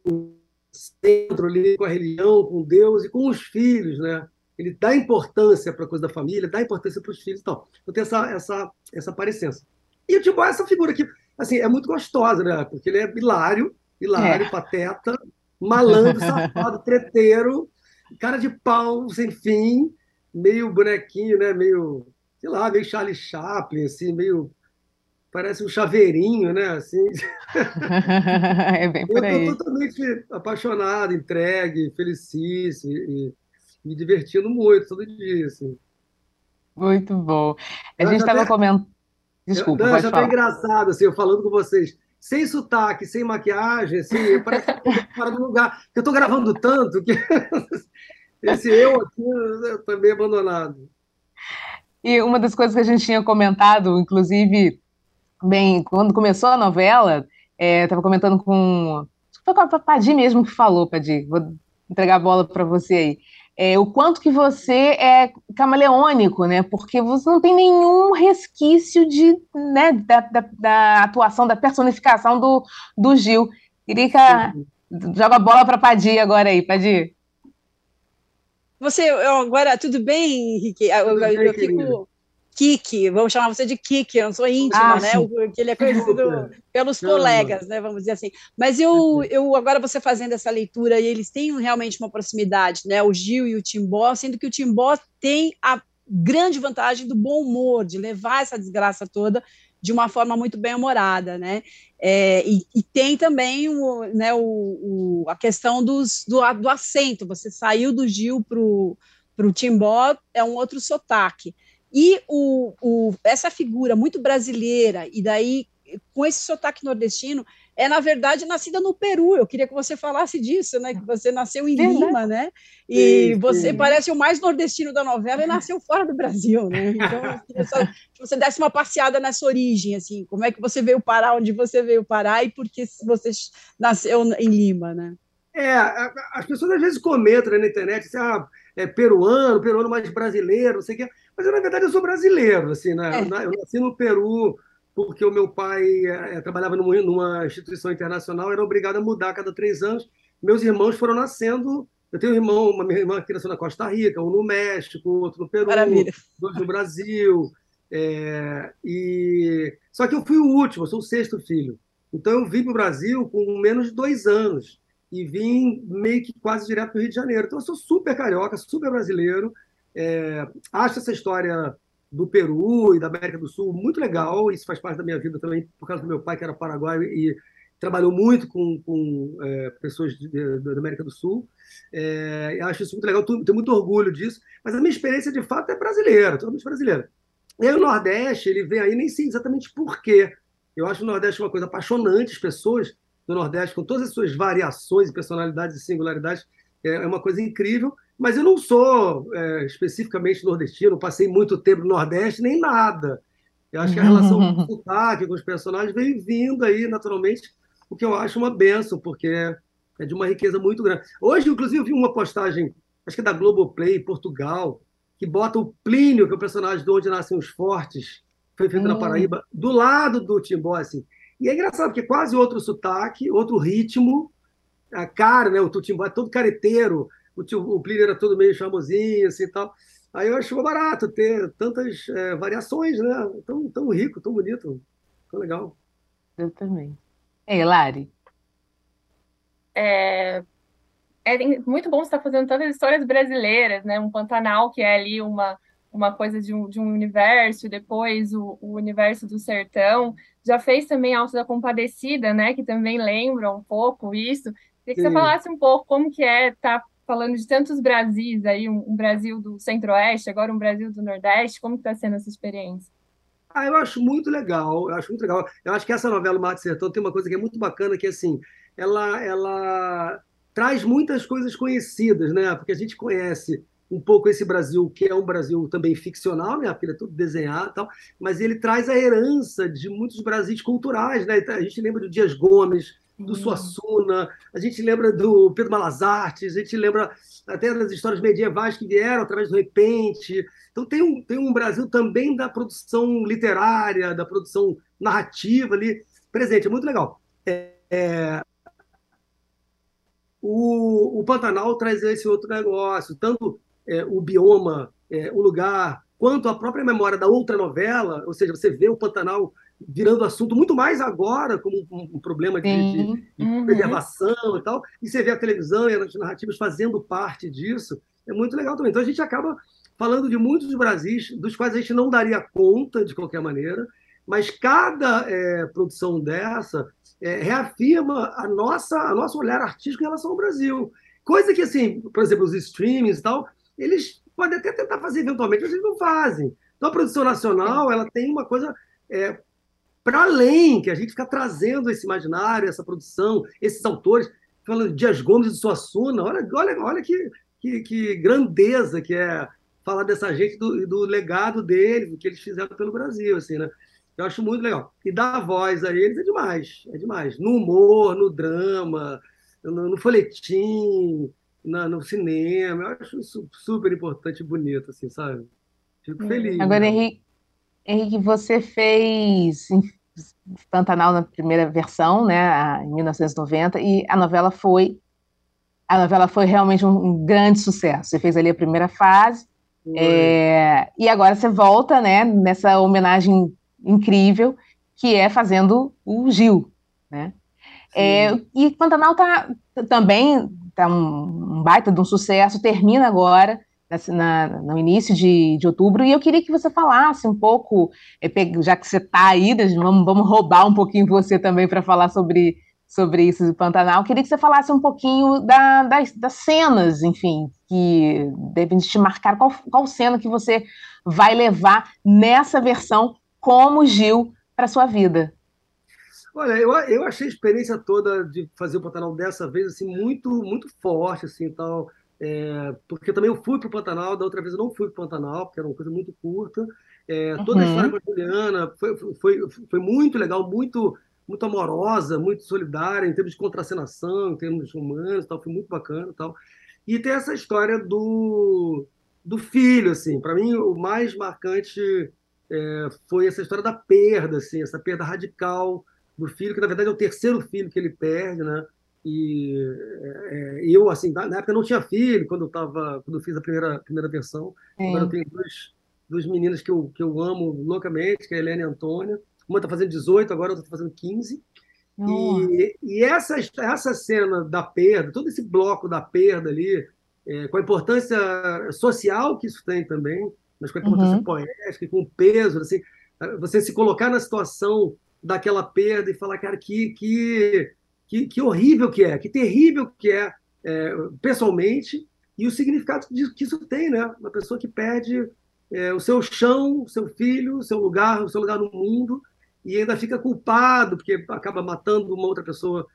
centro ali com a religião, com Deus e com os filhos, né? Ele dá importância para a coisa da família, dá importância para os filhos e tal. Então tem essa, essa, essa parecência. E o Timbó é essa figura aqui, assim, é muito gostosa, né? Porque ele é hilário, hilário, É. pateta, malandro, safado, treteiro, cara de pau sem fim, meio bonequinho, né? Meio, sei lá, meio Charlie Chaplin, assim, meio parece um chaveirinho, né? Assim, É bem eu por estou aí. totalmente apaixonado, entregue, felicíssimo e, e me divertindo muito todo dia, assim. Muito bom. A Eu gente acho estava até, comentando. eu, Desculpa, não, eu pode acho até falar. engraçado, assim, eu falando com vocês, sem sotaque, sem maquiagem, assim, parece que eu estou fora do lugar. Eu estou gravando tanto que esse eu aqui eu estou meio abandonado. E uma das coisas que a gente tinha comentado, inclusive, bem, quando começou a novela, é, estava comentando com. Foi com a Padi mesmo que falou, Padi. Vou entregar a bola para você aí. É, o quanto que você é camaleônico, né? Porque você não tem nenhum resquício de, né, da, da, da atuação, da personificação do, do Gil. Queria que a... Joga a bola para Padi agora aí, Padi. Você, eu, agora, tudo bem, Henrique? Eu, Tudo eu, bem, eu querido? fico. Kiki, vamos chamar você de Kiki, eu não sou íntima, Ah, né? O, sim. que ele é conhecido Super. pelos Chama. colegas, né? Vamos dizer assim. Mas eu, eu agora você fazendo essa leitura e eles têm realmente uma proximidade, né? O Gil e o Timbó, sendo que o Timbó tem a grande vantagem do bom humor, de levar essa desgraça toda de uma forma muito bem humorada, né? É, e, e tem também o, né, o, o, a questão dos, do, do acento. Você saiu do Gil para o Timbó, é um outro sotaque. E o, o, essa figura muito brasileira, e daí com esse sotaque nordestino, é, na verdade, nascida no Peru. Eu queria que você falasse disso, né? Que você nasceu em Verdade. Lima, né? E Sim, você sim. parece o mais nordestino da novela e nasceu fora do Brasil, né? Então, eu queria só que você desse uma passeada nessa origem, assim, como é que você veio parar onde você veio parar e por que você nasceu em Lima, né? É, as pessoas às vezes comentam, né, na internet, assim, ah, é peruano, peruano mais brasileiro, não sei o quê. Mas eu, na verdade, eu sou brasileiro, assim, né? Eu É. na- eu nasci no Peru porque o meu pai eh, trabalhava numa, numa instituição internacional, era obrigado a mudar a cada três anos. Meus irmãos foram nascendo. Eu tenho um irmão, uma minha irmã que nasceu na Costa Rica, um no México, outro no Peru, Maravilha. dois no Brasil. É, e... Só que eu fui o último, eu sou o sexto filho. Então eu vim para o Brasil com menos de dois anos e vim meio que quase direto para o Rio de Janeiro. Então, eu sou super carioca, super brasileiro. É, acho essa história do Peru e da América do Sul muito legal. Isso faz parte da minha vida também, por causa do meu pai, que era paraguaio e trabalhou muito com, com é, pessoas de, de, da América do Sul. É, acho isso muito legal, tenho muito orgulho disso. Mas a minha experiência, de fato, é brasileira, totalmente brasileira. E aí o Nordeste, ele vem aí, nem sei exatamente por quê. Eu acho o Nordeste uma coisa apaixonante, as pessoas do Nordeste, com todas as suas variações, personalidades e singularidades, é uma coisa incrível. Mas eu não sou é, especificamente nordestino, passei muito tempo no Nordeste, nem nada. Eu acho que a relação com o sotaque, com os personagens, vem vindo aí naturalmente, o que eu acho uma benção, porque é de uma riqueza muito grande. Hoje, inclusive, eu vi uma postagem, acho que é da Globoplay, Portugal, que bota o Plínio, que é o personagem de Onde Nascem os Fortes, foi feito na Hum. Paraíba, do lado do Timbó, assim. E é engraçado, porque é quase outro sotaque, outro ritmo, a cara, né? O Timbó é todo careteiro, o, tio, o Plínio era todo meio charmosinho, assim, tal. Aí eu acho barato ter tantas é, variações, né? Tão, tão rico, tão bonito, tão legal. Eu também. Ei, Lari. É, é muito bom você estar fazendo tantas histórias brasileiras, né? Um Pantanal que é ali uma, uma coisa de um, de um universo, e depois o, o universo do sertão. Já fez também Alto da Compadecida, né? Que também lembra um pouco isso. Queria que você Sim. falasse um pouco como que é estar falando de tantos Brasis aí, um, um Brasil do Centro-Oeste, agora um Brasil do Nordeste. Como que está sendo essa experiência? Ah, eu acho muito legal, eu acho muito legal. Eu acho que essa novela, O Mar de Sertão, tem uma coisa que é muito bacana, que assim, ela, ela traz muitas coisas conhecidas, né? Porque a gente conhece um pouco esse Brasil, que é um Brasil também ficcional, né? Porque ele é tudo desenhado e tal, mas ele traz a herança de muitos Brasis culturais, né? A gente lembra do Dias Gomes, do Suassuna, a gente lembra do Pedro Malas Artes, a gente lembra até das histórias medievais que vieram através do repente. Então tem um, tem um Brasil também da produção literária, da produção narrativa ali presente, é muito legal. É, o, o Pantanal traz esse outro negócio, tanto é, o bioma, é, o lugar, quanto a própria memória da outra novela, ou seja, você vê o Pantanal virando assunto muito mais agora como um, um problema de, de, Sim. de Uhum. preservação e tal, e você vê a televisão e as narrativas fazendo parte disso, é muito legal também. Então a gente acaba falando de muitos Brasis, dos quais a gente não daria conta de qualquer maneira, mas cada é, produção dessa é, reafirma a nossa, a nosso olhar artístico em relação ao Brasil. Coisa que, assim, por exemplo, os streamings e tal, eles podem até tentar fazer eventualmente, mas eles não fazem. Então a produção nacional, ela tem uma coisa é, para além, que a gente fica trazendo esse imaginário, essa produção, esses autores, falando de Dias Gomes e de Suassuna, olha, olha, olha que, que, que grandeza que é falar dessa gente do, do legado deles, do que eles fizeram pelo Brasil, assim, né? Eu acho muito legal. E dar voz a eles é demais, é demais. No humor, no drama, no, no folhetim, na, no cinema, eu acho isso super importante e bonito, assim, sabe? Fico feliz. Agora, Né? Henrique, Henrique, você fez Pantanal na primeira versão, né, em mil novecentos e noventa, e a novela foi a novela foi realmente um, um grande sucesso. Você fez ali a primeira fase, é, e agora você volta, né, nessa homenagem incrível que é fazendo o Gil, né? É, e Pantanal tá também tá um, um baita de um sucesso, termina agora na, no início de, de outubro, e eu queria que você falasse um pouco, é, já que você está aí, vamos, vamos roubar um pouquinho você também para falar sobre, sobre isso do Pantanal, eu queria que você falasse um pouquinho da, das, das cenas, enfim, que devem te marcar, qual, qual cena que você vai levar nessa versão como Gil para sua vida. Olha, eu, eu achei a experiência toda de fazer o Pantanal dessa vez assim, muito, muito forte, assim, tal, é, porque também eu fui para o Pantanal, da outra vez eu não fui para o Pantanal, porque era uma coisa muito curta. É, toda a história Uhum. com a Juliana foi, foi, foi muito legal, muito, muito amorosa, muito solidária, em termos de contracenação, em termos humanos, tal, foi muito bacana. Tal. E tem essa história do, do filho, assim, para mim o mais marcante é, foi essa história da perda, assim, essa perda radical do filho, que na verdade é o terceiro filho que ele perde, né? E é, eu, assim, na época eu não tinha filho quando eu tava, quando eu fiz a primeira, primeira versão. Agora eu Sim. tenho duas, duas meninas que eu, que eu amo loucamente, que é a Helena e a Antônia. Uma está fazendo dezoito, agora a outra está fazendo quinze. Oh. E, e essa, essa cena da perda, todo esse bloco da perda ali, é, com a importância social que isso tem também, mas com a importância Uhum. poética, com o peso, assim, você se colocar na situação daquela perda e falar, cara, que, que, que, que horrível que é, que terrível que é, é pessoalmente, e o significado que isso tem, né? Uma pessoa que perde é, o seu chão, o seu filho, o seu lugar, o seu lugar no mundo, e ainda fica culpado, porque acaba matando uma outra pessoa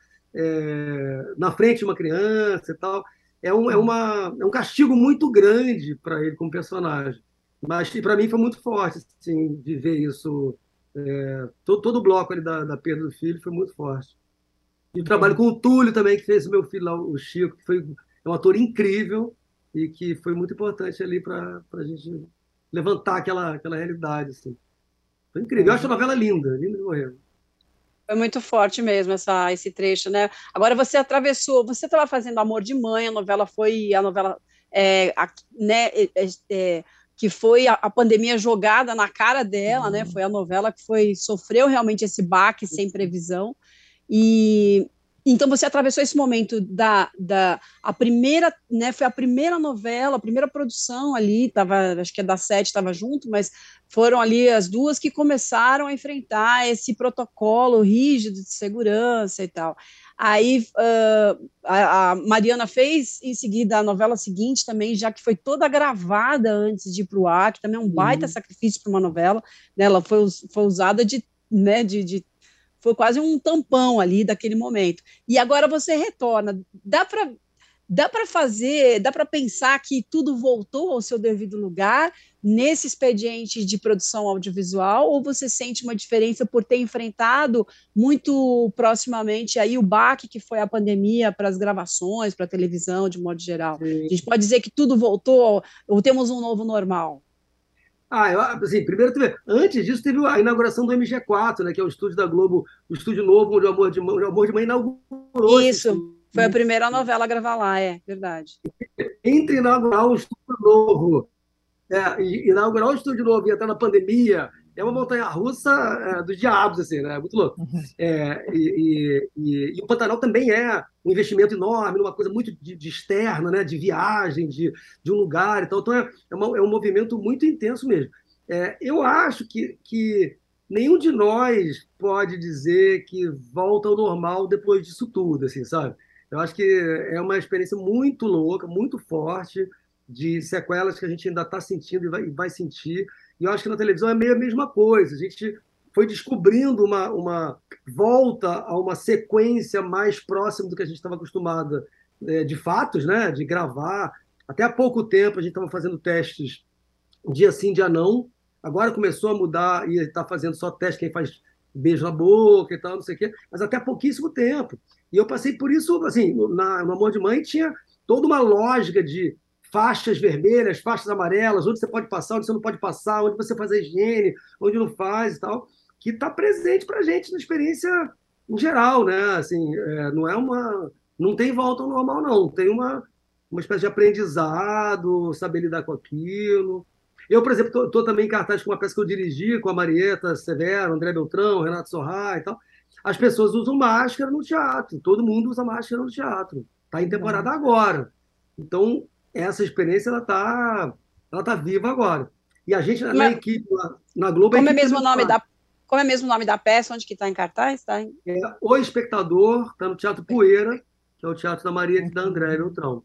é, na frente de uma criança e tal. É um, é uma, é um castigo muito grande para ele como personagem. Mas para mim foi muito forte assim, de ver isso. É, todo, todo o bloco ali da, da perda do filho foi muito forte. E trabalho com o Túlio também, que fez o meu filho lá, o Chico, que foi é um ator incrível e que foi muito importante ali para a gente levantar aquela, aquela realidade. Assim. Foi incrível. Eu acho a novela linda, linda de morrer. Foi muito forte mesmo essa, esse trecho, né? Agora você atravessou, você estava fazendo Amor de Mãe, a novela foi a novela, é, a, né? É, é, que foi a, a pandemia jogada na cara dela, uhum. né? Foi a novela que foi sofreu realmente esse baque sem previsão. E então você atravessou esse momento da, da a primeira, né? Foi a primeira novela, a primeira produção ali, tava, acho que é da Sete estava junto, mas foram ali as duas que começaram a enfrentar esse protocolo rígido de segurança e tal. Aí uh, a, a Mariana fez em seguida a novela seguinte também, já que foi toda gravada antes de ir para o ar, que também é um baita uhum. sacrifício para uma novela, né? Ela foi, foi usada de, né, de, de foi quase um tampão ali daquele momento. E agora você retorna. Dá para dá para fazer, dá para pensar que tudo voltou ao seu devido lugar nesse expediente de produção audiovisual, ou você sente uma diferença por ter enfrentado muito proximamente aí o baque que foi a pandemia para as gravações, para a televisão, de modo geral? Sim. A gente pode dizer que tudo voltou, ou temos um novo normal? Ah, eu, assim, primeiro teve, antes disso teve a inauguração do M G quatro, né, que é o estúdio da Globo, o estúdio novo onde o Amor de Mãe, o Amor de Mãe inaugurou isso. esse Foi a Isso. primeira novela a gravar lá, é verdade. Entre inaugurar um estúdio novo, é, e inaugurar um estúdio novo e entrar na pandemia, é uma montanha-russa é, dos diabos, assim, né? Muito louco. É, e, e, e, e o Pantanal também é um investimento enorme, numa coisa muito de, de externa, né? De viagem, de, de um lugar. Então, então é, é, uma, é um movimento muito intenso mesmo. É, eu acho que, que nenhum de nós pode dizer que volta ao normal depois disso tudo, assim, sabe? Eu acho que é uma experiência muito louca, muito forte, de sequelas que a gente ainda está sentindo e vai, e vai sentir. E eu acho que na televisão é meio a mesma coisa. A gente foi descobrindo uma, uma volta a uma sequência mais próxima do que a gente estava acostumado é, de fatos, né? De gravar. Até há pouco tempo a gente estava fazendo testes dia sim, dia não. Agora começou a mudar e está fazendo só teste quem faz beijo na boca e tal, não sei o quê, mas até há pouquíssimo tempo. E eu passei por isso, assim, na, no Amor de Mãe tinha toda uma lógica de faixas vermelhas, faixas amarelas, onde você pode passar, onde você não pode passar, onde você faz a higiene, onde não faz e tal, que está presente para a gente na experiência em geral, né? Assim, é, não é uma... Não tem volta ao normal, não. Tem uma, uma espécie de aprendizado, saber lidar com aquilo. Eu, por exemplo, estou também em cartaz com uma peça que eu dirigi, com a Marieta Severo, André Beltrão, Renato Sorra e tal. As pessoas usam máscara no teatro, todo mundo usa máscara no teatro. Está em temporada agora. Então, essa experiência ela está ela tá viva agora. E a gente, na, na equipe, na, na Globo... Como é mesmo o nome da Como é mesmo o nome da peça? Onde que está em cartaz? Tá em... É, O Espectador, está no Teatro Poeira, que é o teatro da Marieta e da André Beltrão.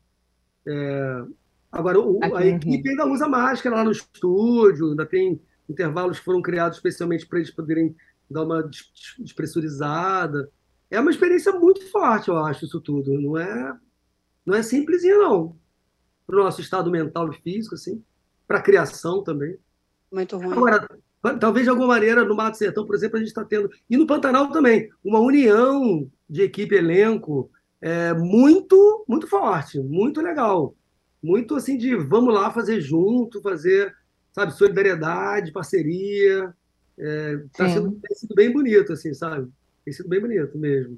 É... Agora, o, a equipe ainda usa máscara lá no estúdio, ainda tem intervalos que foram criados especialmente para eles poderem dar uma despressurizada. É uma experiência muito forte, eu acho, isso tudo. Não é, não é simplesinho, não. Para o nosso estado mental e físico, assim. Para a criação também. Muito ruim. Agora, talvez de alguma maneira, no Mato Sertão, por exemplo, a gente está tendo, e no Pantanal também, uma união de equipe, elenco, é, muito, muito forte, muito legal. Muito assim de vamos lá fazer junto, fazer, sabe, solidariedade, parceria. É, tá sendo, tem sido bem bonito, assim, sabe? Tem sido bem bonito mesmo.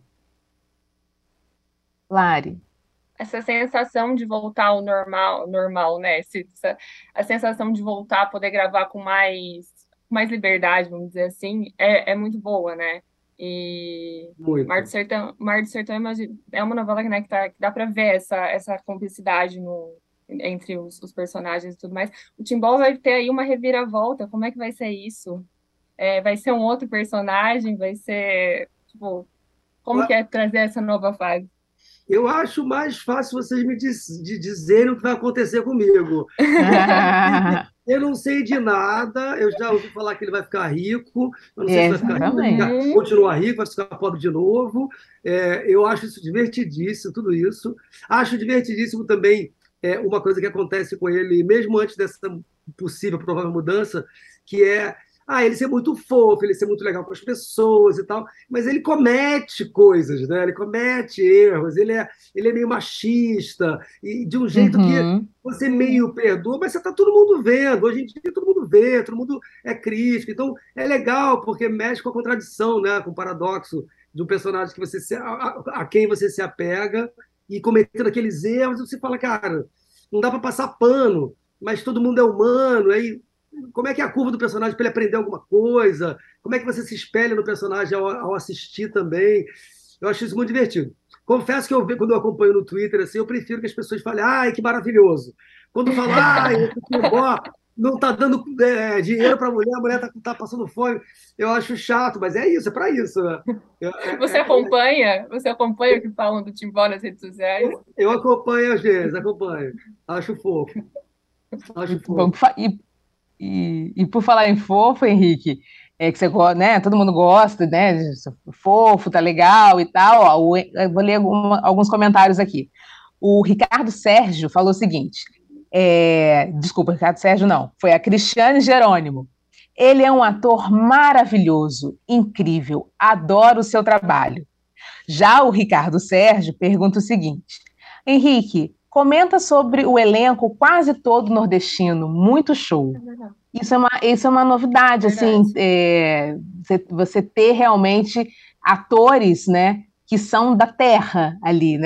Lari. Essa sensação de voltar ao normal, normal, né? Essa, a sensação de voltar a poder gravar com mais, mais liberdade, vamos dizer assim, é, é muito boa, né? E Muito. Mar do Sertão, Mar do Sertão é uma novela, né, que, tá, que dá para ver essa, essa cumplicidade no, entre os, os personagens e tudo mais. O Timbó vai ter aí uma reviravolta. Como é que vai ser isso? É, vai ser um outro personagem? Vai ser, tipo, como que é trazer essa nova fase? Eu acho mais fácil vocês me diz, de dizerem o que vai acontecer comigo. Eu não sei de nada, eu já ouvi falar que ele vai ficar rico, eu não sei se vai ficar rico, vai ficar, continuar rico, vai ficar pobre de novo. É, eu acho isso divertidíssimo, tudo isso. Acho divertidíssimo também é, uma coisa que acontece com ele, mesmo antes dessa possível, provável mudança, que é ah, ele ser muito fofo, ele ser muito legal com as pessoas e tal, mas ele comete coisas, né? Ele comete erros, ele é, ele é meio machista, e de um jeito uhum. que você meio perdoa, mas você está todo mundo vendo. Hoje em dia todo mundo vê, todo mundo é crítico. Então é legal, porque mexe com a contradição, né? Com o paradoxo de um personagem que você se, a, a quem você se apega e cometendo aqueles erros, você fala, cara, não dá para passar pano, mas todo mundo é humano, aí. Como é que é a curva do personagem para ele aprender alguma coisa? Como é que você se espelha no personagem ao, ao assistir também? Eu acho isso muito divertido. Confesso que eu, quando eu acompanho no Twitter, assim, eu prefiro que as pessoas falem, ai, que maravilhoso. Quando falam, ai, esse Timbó não está dando é, dinheiro para a mulher, a mulher está tá passando fome, eu acho chato, mas é isso, é para isso. Né? É, você acompanha? Você acompanha o que falam do Timbó nas redes sociais? Eu, eu acompanho às vezes, acompanho. Acho fofo. Acho fofo. E... E, e por falar em fofo, Henrique, é que você, né, todo mundo gosta, né, de fofo, tá legal e tal, ó, eu vou ler alguma, alguns comentários aqui. O Ricardo Sérgio falou o seguinte, é, desculpa, Ricardo Sérgio não, foi a Cristiane Jerônimo. Ele é um ator maravilhoso, incrível, adoro o seu trabalho. Já o Ricardo Sérgio pergunta o seguinte, Henrique, comenta sobre o elenco quase todo nordestino, muito show. É isso, é uma, isso é uma novidade, é assim, é, você ter realmente atores, né, que são da terra ali, né?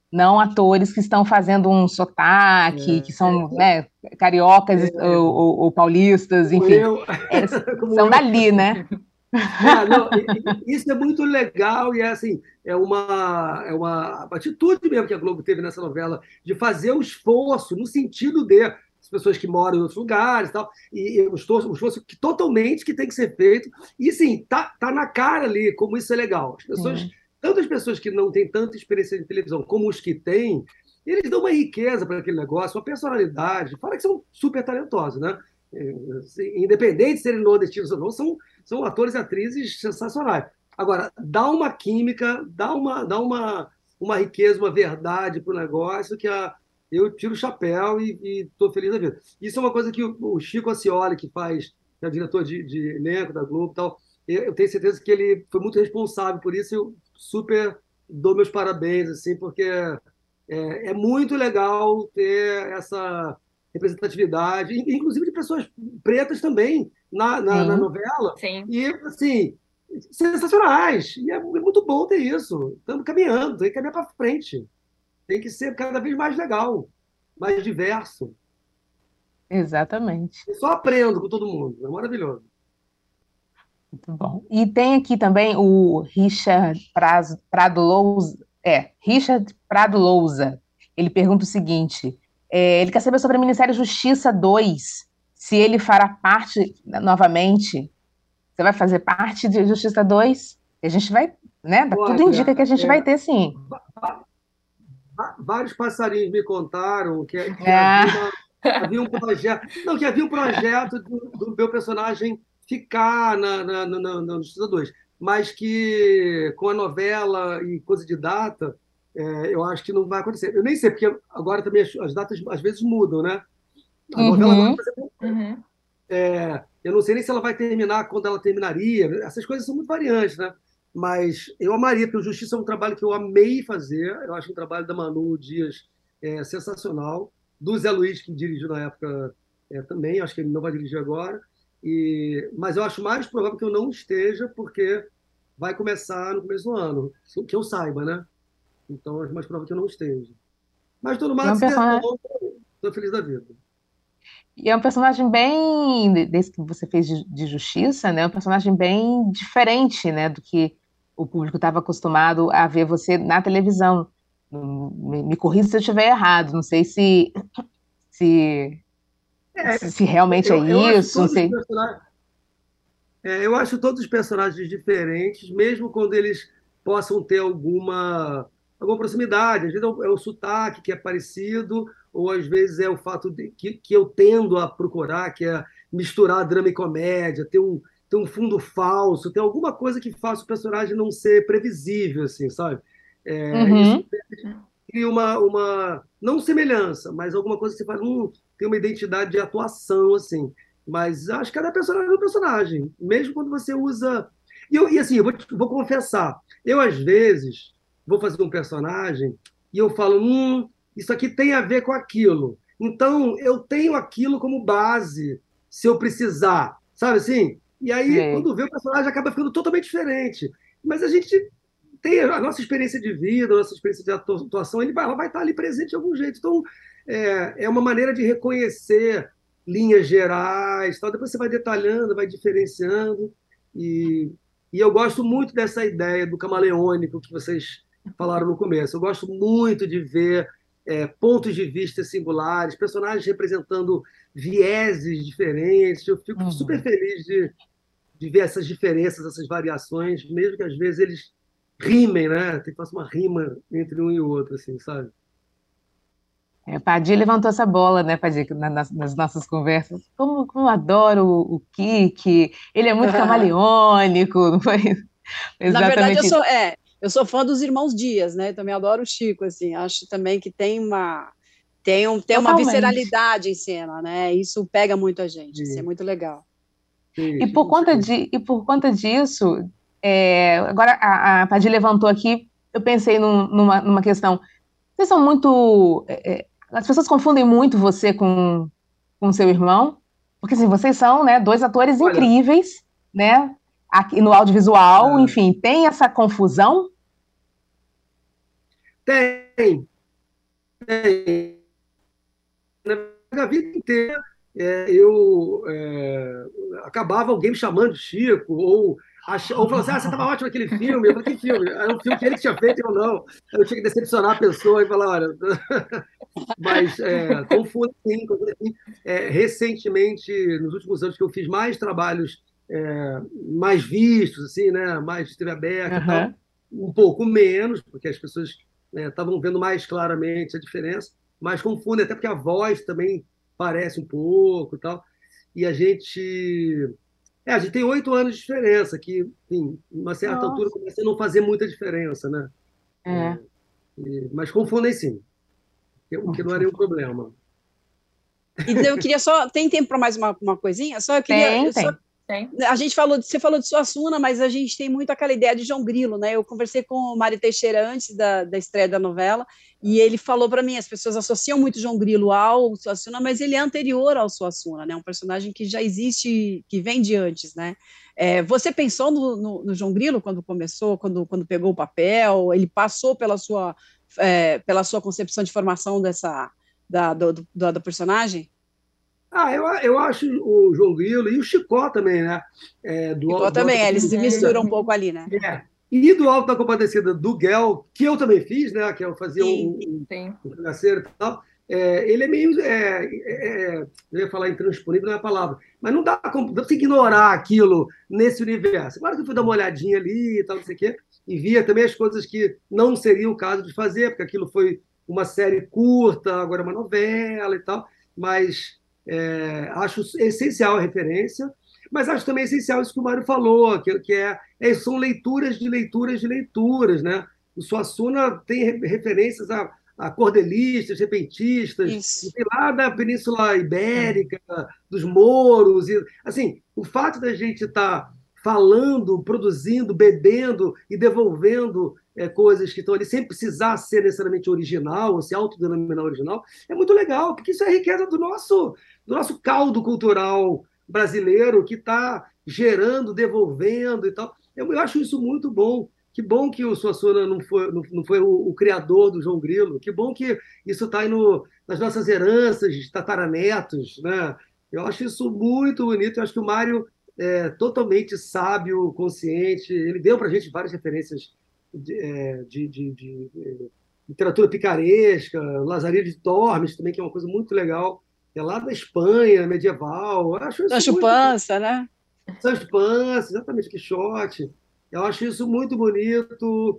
não atores que estão fazendo um sotaque, É, que são, é, né, cariocas é, ou, ou- ou paulistas, como enfim, eu, é, como são eu. dali, né? É, não, e- e- isso é muito legal e é assim, é uma, é uma atitude mesmo que a Globo teve nessa novela, de fazer o esforço no sentido de as pessoas que moram em outros lugares e tal, e, e o esforço, o esforço que totalmente que tem que ser feito, e sim, tá, tá na cara ali como isso é legal. As pessoas, Sim. tanto as pessoas que não têm tanta experiência de televisão como os que têm, eles dão uma riqueza para aquele negócio, uma personalidade, fora que são super talentosos, né? É, assim, independente de serem nordestinos ou não, são são atores e atrizes sensacionais. Agora, dá uma química, dá uma, dá uma, uma riqueza, uma verdade para o negócio que a, eu tiro o chapéu e estou feliz da vida. Isso é uma coisa que o, o Chico Acioli, que faz, que é o diretor de, de elenco da Globo e tal, eu, eu tenho certeza que ele foi muito responsável por isso. Eu super dou meus parabéns, assim, porque é, é muito legal ter essa representatividade, inclusive de pessoas pretas também na, na, na Sim. novela, Sim. e assim, sensacionais. E é muito bom ter isso. Estamos caminhando, tem que caminhar para frente. Tem que ser cada vez mais legal, mais diverso. Exatamente. Eu só aprendo com todo mundo, é maravilhoso. Muito bom. E tem aqui também o Richard Praz- Prado Lousa. É, Richard Prado Lousa. Ele pergunta o seguinte: é, ele quer saber sobre a minissérie Justiça dois, se ele fará parte novamente. Você vai fazer parte de Justiça dois? E a gente vai, né? Tudo indica que a Olha, gente vai é, ter, sim. vários passarinhos me contaram que, que havia, Ah, uma, havia um projeto. Não, que havia um projeto do, do meu personagem ficar na, na, na, na, na Justiça dois, mas que com a novela e coisa de data, é, eu acho que não vai acontecer. Eu nem sei, porque agora também as, as datas às vezes mudam, né? A novela agora, uhum. por exemplo, Uhum. é, eu não sei nem se ela vai terminar quando ela terminaria. Essas coisas são muito variantes, né? Mas eu amaria, porque o Justiça é um trabalho que eu amei fazer. Eu acho um trabalho da Manu Dias é, sensacional. Do Zé Luiz, que dirigiu na época é, também, acho que ele não vai dirigir agora. E, mas eu acho mais provável que eu não esteja, porque vai começar no começo do ano, que eu saiba, né? Então, acho mais provável que eu não esteja. Mas estou no E é mar um de ser personagem, bom, estou feliz da vida. e é um personagem bem, desse que você fez de, de Justiça, né? É um personagem bem diferente, né, do que o público estava acostumado a ver você na televisão. Hum, Me, me corrija se eu estiver errado. Não sei se, se, É, se realmente é eu, eu acho isso. Não todos os sei. personagens. É, eu acho todos os personagens diferentes, mesmo quando eles possam ter alguma, alguma proximidade. Às vezes é o, é o sotaque que é parecido, ou às vezes é o fato de, que, que eu tendo a procurar, que é misturar drama e comédia, ter um, ter um fundo falso, ter alguma coisa que faça o personagem não ser previsível, assim, sabe? É, isso Uhum. cria uma, uma, não semelhança, mas alguma coisa que você faz, hum, tem uma identidade de atuação, assim. Mas acho que cada personagem é um personagem, mesmo quando você usa. E, eu, e assim, eu vou, te- vou confessar, eu às vezes vou fazer um personagem e eu falo, hum, isso aqui tem a ver com aquilo. Então, eu tenho aquilo como base, se eu precisar, sabe assim? E aí, Sei. quando vê o personagem, acaba ficando totalmente diferente. Mas a gente tem a nossa experiência de vida, a nossa experiência de atuação, ele vai, ela vai estar ali presente de algum jeito. Então, é, é uma maneira de reconhecer linhas gerais, tal. Depois você vai detalhando, vai diferenciando. E, e eu gosto muito dessa ideia do camaleônico que vocês falaram no começo. Eu gosto muito de ver é, pontos de vista singulares, personagens representando vieses diferentes. Eu fico super Uhum. feliz de, de ver essas diferenças, essas variações, mesmo que às vezes eles rimem, né? Tem que fazer uma rima entre um e o outro, assim, sabe? É, Padir levantou essa bola, né, Padir, na- nas, nas nossas conversas. Como, como eu adoro o, o Kiki, ele é muito camaleônico, não foi Na verdade, eu exatamente isso. sou, é, eu sou fã dos Irmãos Dias, né? Também adoro o Chico, assim. Acho também que tem uma tem, um, tem uma Totalmente. visceralidade em cena, né? Isso pega muito a gente, assim, é Sim, muito legal. E sim, por Chico conta Xavier. de, e por conta disso, é, agora a, a Padir levantou aqui, eu pensei num- numa, numa questão. Vocês são muito. é, é, as pessoas confundem muito você com, com seu irmão, porque assim, vocês são, né, dois atores Olha, incríveis, né? Aqui no audiovisual, é, enfim, tem essa confusão? tem. Na vida inteira, é, eu é, acabava alguém me chamando de Chico, ou, ach... ou falando assim, ah, você estava ótimo naquele filme. Eu falei, que filme? Era um filme que ele que tinha feito, eu não. Eu tinha que decepcionar a pessoa e falar, olha... Mas é, confundo sim, confundo sim. É, recentemente, nos últimos anos que eu fiz mais trabalhos é, mais vistos, assim, né, mais de T V aberta e tal, Aham. um pouco menos, porque as pessoas né, estavam vendo mais claramente a diferença, mas confundem, até porque a voz também parece um pouco e tal. E a gente. É, a gente tem oito anos de diferença, que, enfim, uma certa altura Nossa. começa a não fazer muita diferença, né? É. E- mas confundem sim, o que não é nenhum problema. Então, eu queria só. Tem tempo para mais uma, uma coisinha? Só eu queria. Tem, Eu só, tem. Tem? a gente falou, você falou de Suassuna, mas a gente tem muito aquela ideia de João Grilo, né? Eu conversei com o Mário Teixeira antes da, da estreia da novela, e ele falou para mim, as pessoas associam muito João Grilo ao Suassuna, mas ele é anterior ao Suassuna, né? Um personagem que já existe, que vem de antes, né? É, você pensou no, no, no João Grilo quando começou, quando, quando pegou o papel? Ele passou pela sua, é, pela sua concepção de formação dessa, da, do, do, do personagem? Ah, eu, eu acho o João Grilo e o Chicó também, né? É, Ficou do, do Alto também, da é, eles se misturam um Compadecida. pouco ali, né? É. E do Alto da Compadecida do Guel, que eu também fiz, né? Que eu fazia Sim. um, Sim. um, um cangaceiro e tal. É, ele é meio. É, é, é, eu ia falar intransponível, não é a palavra. Mas não dá como dá pra você ignorar aquilo nesse universo. Claro que eu fui dar uma olhadinha ali e tal, não sei o quê, e via também as coisas que não seria o caso de fazer, porque aquilo foi uma série curta, agora é uma novela e tal. Mas é, acho essencial a referência, mas acho também essencial isso que o Mário falou, que, que é, é, são leituras de leituras de leituras, né? O Suassuna tem referências a, a cordelistas, repentistas, Isso. e lá da Península Ibérica, dos mouros, e assim, o fato da gente estar tá falando, produzindo, bebendo e devolvendo é, coisas que estão ali sem precisar ser necessariamente original ou se autodenominar original, é muito legal, porque isso é a riqueza do nosso, do nosso caldo cultural brasileiro que está gerando, devolvendo e tal. Eu, eu acho isso muito bom. Que bom que o Suassuna não foi, não, não foi o, o criador do João Grilo. Que bom que isso está nas nossas heranças de tataranetos, né? Eu acho isso muito bonito. Eu acho que o Mário é totalmente sábio, consciente. Ele deu para a gente várias referências de, é, de, de, de, de literatura picaresca, Lazarilho de Tormes também, que é uma coisa muito legal. É lá da Espanha, medieval. Eu acho isso Sancho muito... Panza, né? Sancho Panza, exatamente, Quixote. Eu acho isso muito bonito,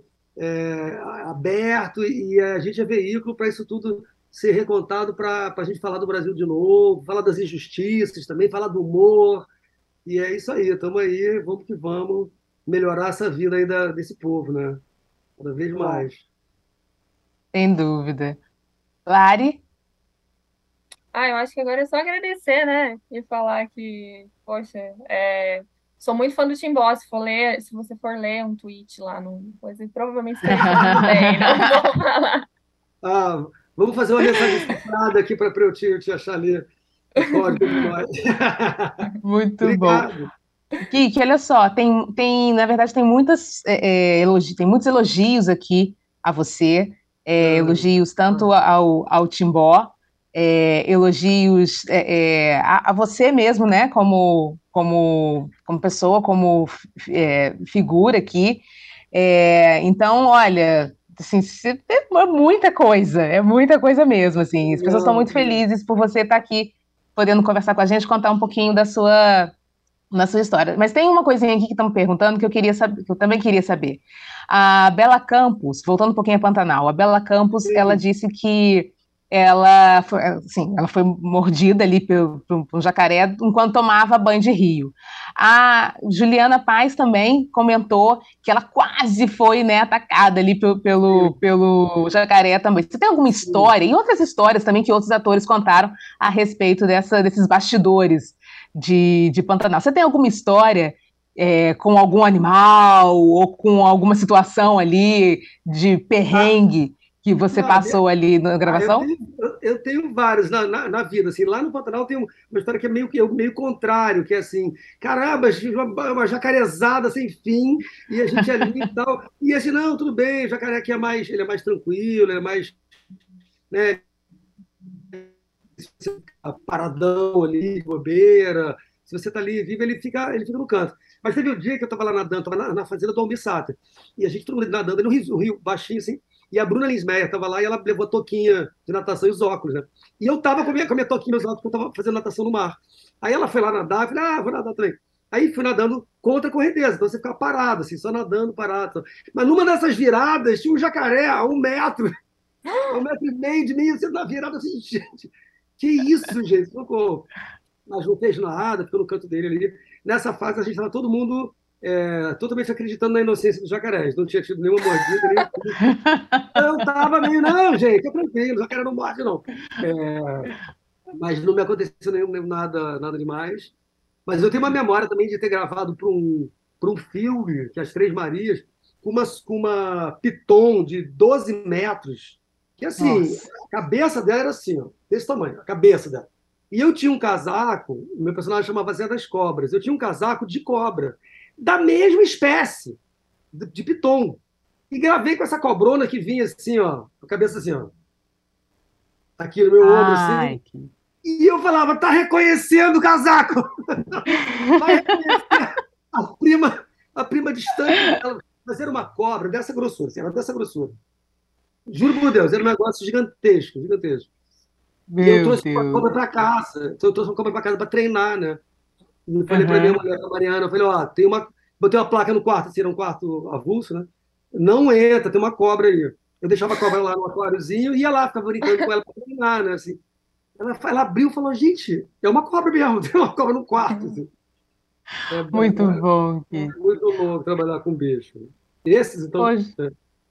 é, aberto, e a gente é veículo para isso tudo ser recontado, para a gente falar do Brasil de novo, falar das injustiças também, falar do humor. E é isso aí, estamos aí, vamos que vamos melhorar essa vida aí da, desse povo, né? Cada vez Bom, mais. Sem dúvida. Lari? Ah, eu acho que agora é só agradecer, né? E falar que, poxa, é, sou muito fã do Timbó. Se for ler, se você for ler um tweet lá no coisa, provavelmente estarei falando bem, não vou falar. Ah, vamos fazer uma mensagem cifrada aqui para eu te, eu te achar ali o código de nós. Muito bom. Obrigado. Kiki, olha só, tem, tem, na verdade, tem muitas, é, é, elogi- tem muitos elogios aqui a você, é, Ah, elogios tanto ao, ao Timbó, é, elogios é, é, a, a você mesmo, né, como, como, como pessoa, como é, figura aqui. É, então, olha, assim, cê- é muita coisa, é muita coisa mesmo, assim. As pessoas estão legal. muito felizes por você estar aqui, podendo conversar com a gente, contar um pouquinho da sua na sua história. Mas tem uma coisinha aqui que estão me perguntando que eu queria saber, que eu também queria saber. A Bela Campos, voltando um pouquinho a Pantanal, a Bela Campos, ela Sim. disse que ela foi, assim, ela foi mordida ali pelo, por um jacaré enquanto tomava banho de rio. A Juliana Paz também comentou que ela quase foi, né, atacada ali pelo, pelo, pelo jacaré também. Você tem alguma Sim. história, e outras histórias também que outros atores contaram a respeito dessa, desses bastidores de, de Pantanal? Você tem alguma história é, com algum animal ou com alguma situação ali de Ah, perrengue que você ah, passou ali na Ah, eu gravação? tenho, eu, eu tenho vários na, na, na vida. Assim, lá no Pantanal tem um- uma história que é meio, que- meio contrário, que é assim, caramba, uma, uma jacarezada sem fim, e a gente ali e tal. E assim, não, tudo bem, o jacaré aqui é mais, ele é mais tranquilo, ele é mais né? Paradão ali, de bobeira. Se você está ali vivo, ele fica, ele fica no canto. Mas teve um dia que eu estava lá nadando, estava na, na fazenda do Almir Sater, e a gente todo mundo nadando no rio, no rio baixinho assim, e a Bruna Linsmeyer estava lá e ela levou a touquinha de natação e os óculos, né? E eu estava com a minha, com a minha touquinha e os óculos, porque eu estava fazendo natação no mar. Aí ela foi lá nadar, eu falei, ah, vou nadar também. Aí fui nadando contra a correnteza, então você ficava parado, assim, só nadando, parado. Mas numa dessas viradas, tinha um jacaré a um metro, a um metro e meio de mim, você na virada assim, gente, que isso, gente, socorro. Mas não fez nada, ficou no canto dele ali. Nessa fase, a gente estava todo mundo é, totalmente acreditando na inocência dos jacarés. Não tinha tido nenhuma mordida, nem... Eu estava meio, não, gente, é tranquilo, o jacaré não morde, não. É, mas não me aconteceu nenhum, nenhum nada, nada demais. Mas eu tenho uma memória também de ter gravado para um, para um filme, que é As Três Marias, com uma, com uma piton de doze metros, que assim, Nossa. a cabeça dela era assim, ó, desse tamanho, a cabeça dela. E eu tinha um casaco, o meu personagem chamava Zé das Cobras, eu tinha um casaco de cobra, da mesma espécie, de, de piton. E gravei com essa cobrona que vinha assim, ó, com a cabeça assim, ó, aqui no meu ombro, Ai, assim. que... E eu falava, tá reconhecendo o casaco! Vai reconhecer a prima, a prima distante dela. Mas era uma cobra dessa grossura, assim, era dessa grossura. Juro por Deus, era um negócio gigantesco, gigantesco. E eu Meu trouxe uma Deus. cobra para casa. Então eu trouxe uma cobra para casa para treinar, né? E eu falei para minha Aham. mulher, a Mariana, eu falei, ó, tem uma. Botei uma placa no quarto, assim, era um quarto avulso, né? Não entra, tem uma cobra aí. Eu deixava a cobra lá no aquáriozinho e ia lá, ficava brincando com ela para treinar, né? Assim. Ela, ela abriu e falou, gente, é uma cobra mesmo, tem uma cobra no quarto. Assim. É, Muito é, bom, é Kiki. muito louco trabalhar com bicho. Esses, então. Poxa, É.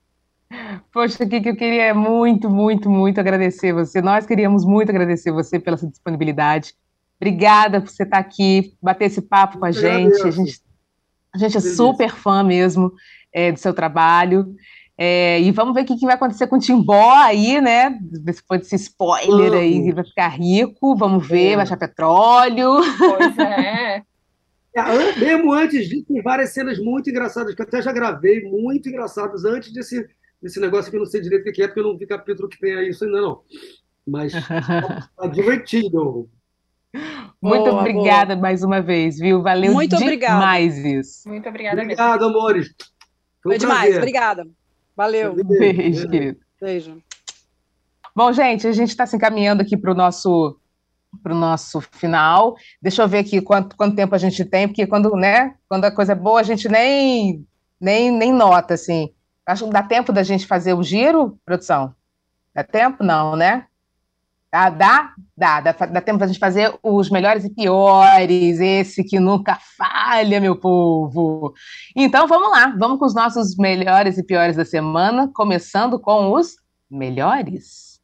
poxa, Kiki, eu queria muito, muito, muito agradecer você. Nós queríamos muito agradecer você pela sua disponibilidade. Obrigada por você estar aqui, bater esse papo com a Eu gente. A agradeço. gente, a gente é Delícia. super fã mesmo é, do seu trabalho. É, e vamos ver o que, que vai acontecer com o Timbó aí, né? Depois desse spoiler aí, Vamos. ele vai ficar rico. Vamos ver, É. vai achar petróleo. Pois é. É, an- mesmo antes disso, tem várias cenas muito engraçadas, que eu até já gravei, muito engraçadas, antes desse, desse negócio que eu não sei direito o que é, porque eu não vi capítulo que tem aí isso ainda não. Mas tá divertido. Muito Boa, obrigada mais uma vez, viu? Valeu Muito obrigada. demais isso. Muito obrigada mesmo. Obrigado, amores. Foi Foi um demais, prazer. obrigada. Valeu. Beijo, Beijo, beijo. querido. Beijo. Bom, gente, a gente está se encaminhando aqui para o nosso, pro nosso final. Deixa eu ver aqui quanto, quanto tempo a gente tem, porque quando, né, quando a coisa é boa, a gente nem, nem, nem nota, assim. Acho que dá tempo da gente fazer o giro, produção? Dá tempo? Não, né? Ah, dá? Dá, dá, dá tempo da gente fazer os melhores e piores, esse que nunca falha, meu povo. Então, vamos lá, vamos com os nossos melhores e piores da semana, começando com os melhores.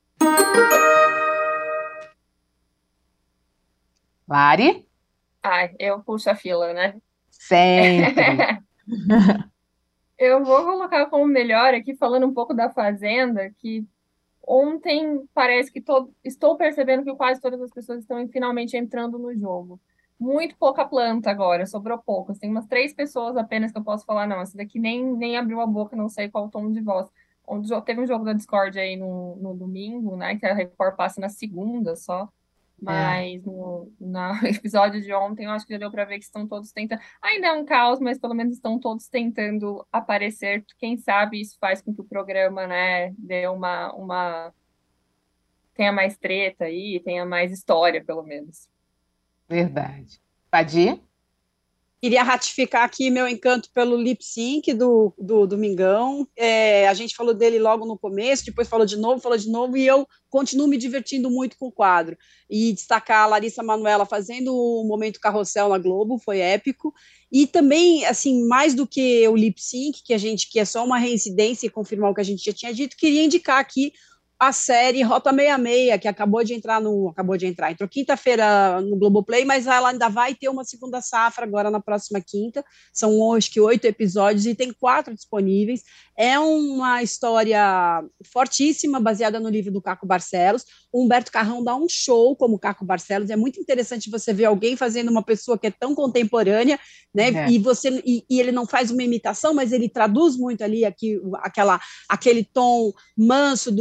Lari? Ai, eu puxo a fila, né? Sempre. Eu vou colocar como melhor aqui, falando um pouco da Fazenda, que ontem parece que todo, estou percebendo que quase todas as pessoas estão finalmente entrando no jogo. Muito pouca planta agora, sobrou poucas. Tem umas três pessoas apenas que eu posso falar, não, essa daqui nem, nem abriu a boca, não sei qual o tom de voz. Onde teve um jogo da Discord aí no, no domingo, né? Que a Record passa na segunda só. Mas no, no episódio de ontem, eu acho que já deu para ver que estão todos tentando. Ainda é um caos, mas pelo menos estão todos tentando aparecer. Quem sabe isso faz com que o programa, né, dê uma, uma... tenha mais treta aí, tenha mais história, pelo menos. Verdade. Padi? Queria ratificar aqui meu encanto pelo lip sync do, do Domingão. É, a gente falou dele logo no começo, depois falou de novo, falou de novo, e eu continuo me divertindo muito com o quadro. E destacar a Larissa Manoela fazendo o momento carrossel na Globo, foi épico. E também, assim, mais do que o lip sync, que a gente que é só uma reincidência e confirmar o que a gente já tinha dito, queria indicar aqui a série Rota sessenta e seis, que acabou de entrar no. Acabou de entrar, entrou quinta-feira no Globoplay, mas ela ainda vai ter uma segunda safra agora na próxima quinta. São acho que oito episódios e tem quatro disponíveis. É uma história fortíssima, baseada no livro do Caco Barcelos. O Humberto Carrão dá um show como Caco Barcelos. É muito interessante você ver alguém fazendo uma pessoa que é tão contemporânea, né? É. E você e, e ele não faz uma imitação, mas ele traduz muito ali aqui, aquela, aquele tom manso do Caco Barcelos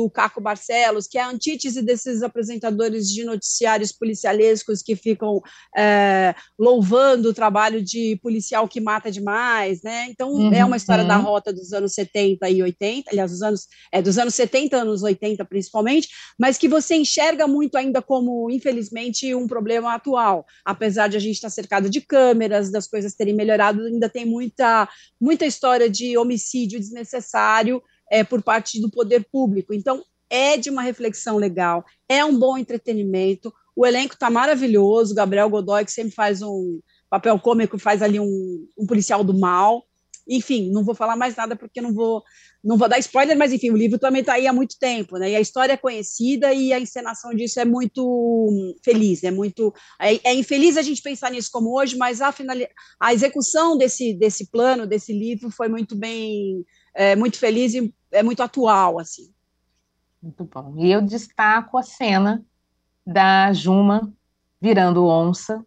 Barcelos, que é a antítese desses apresentadores de noticiários policialescos que ficam é, louvando o trabalho de policial que mata demais, né? Então, uhum, é uma história da rota dos anos setenta e oitenta, aliás, dos anos, é, dos anos setenta, anos oitenta principalmente, mas que você enxerga muito ainda como, infelizmente, um problema atual. Apesar de a gente estar cercado de câmeras, das coisas terem melhorado, ainda tem muita, muita história de homicídio desnecessário é, por parte do poder público. Então, é de uma reflexão legal, é um bom entretenimento, o elenco está maravilhoso, Gabriel Godoy, que sempre faz um papel cômico, faz ali um, um policial do mal. Enfim, não vou falar mais nada porque não vou, não vou dar spoiler, mas enfim, o livro também está aí há muito tempo, né? E a história é conhecida e a encenação disso é muito feliz, é muito é, é infeliz a gente pensar nisso como hoje, mas a, finali... a execução desse, desse plano, desse livro foi muito bem, é, muito feliz e é muito atual, assim. Muito bom. E eu destaco a cena da Juma virando onça,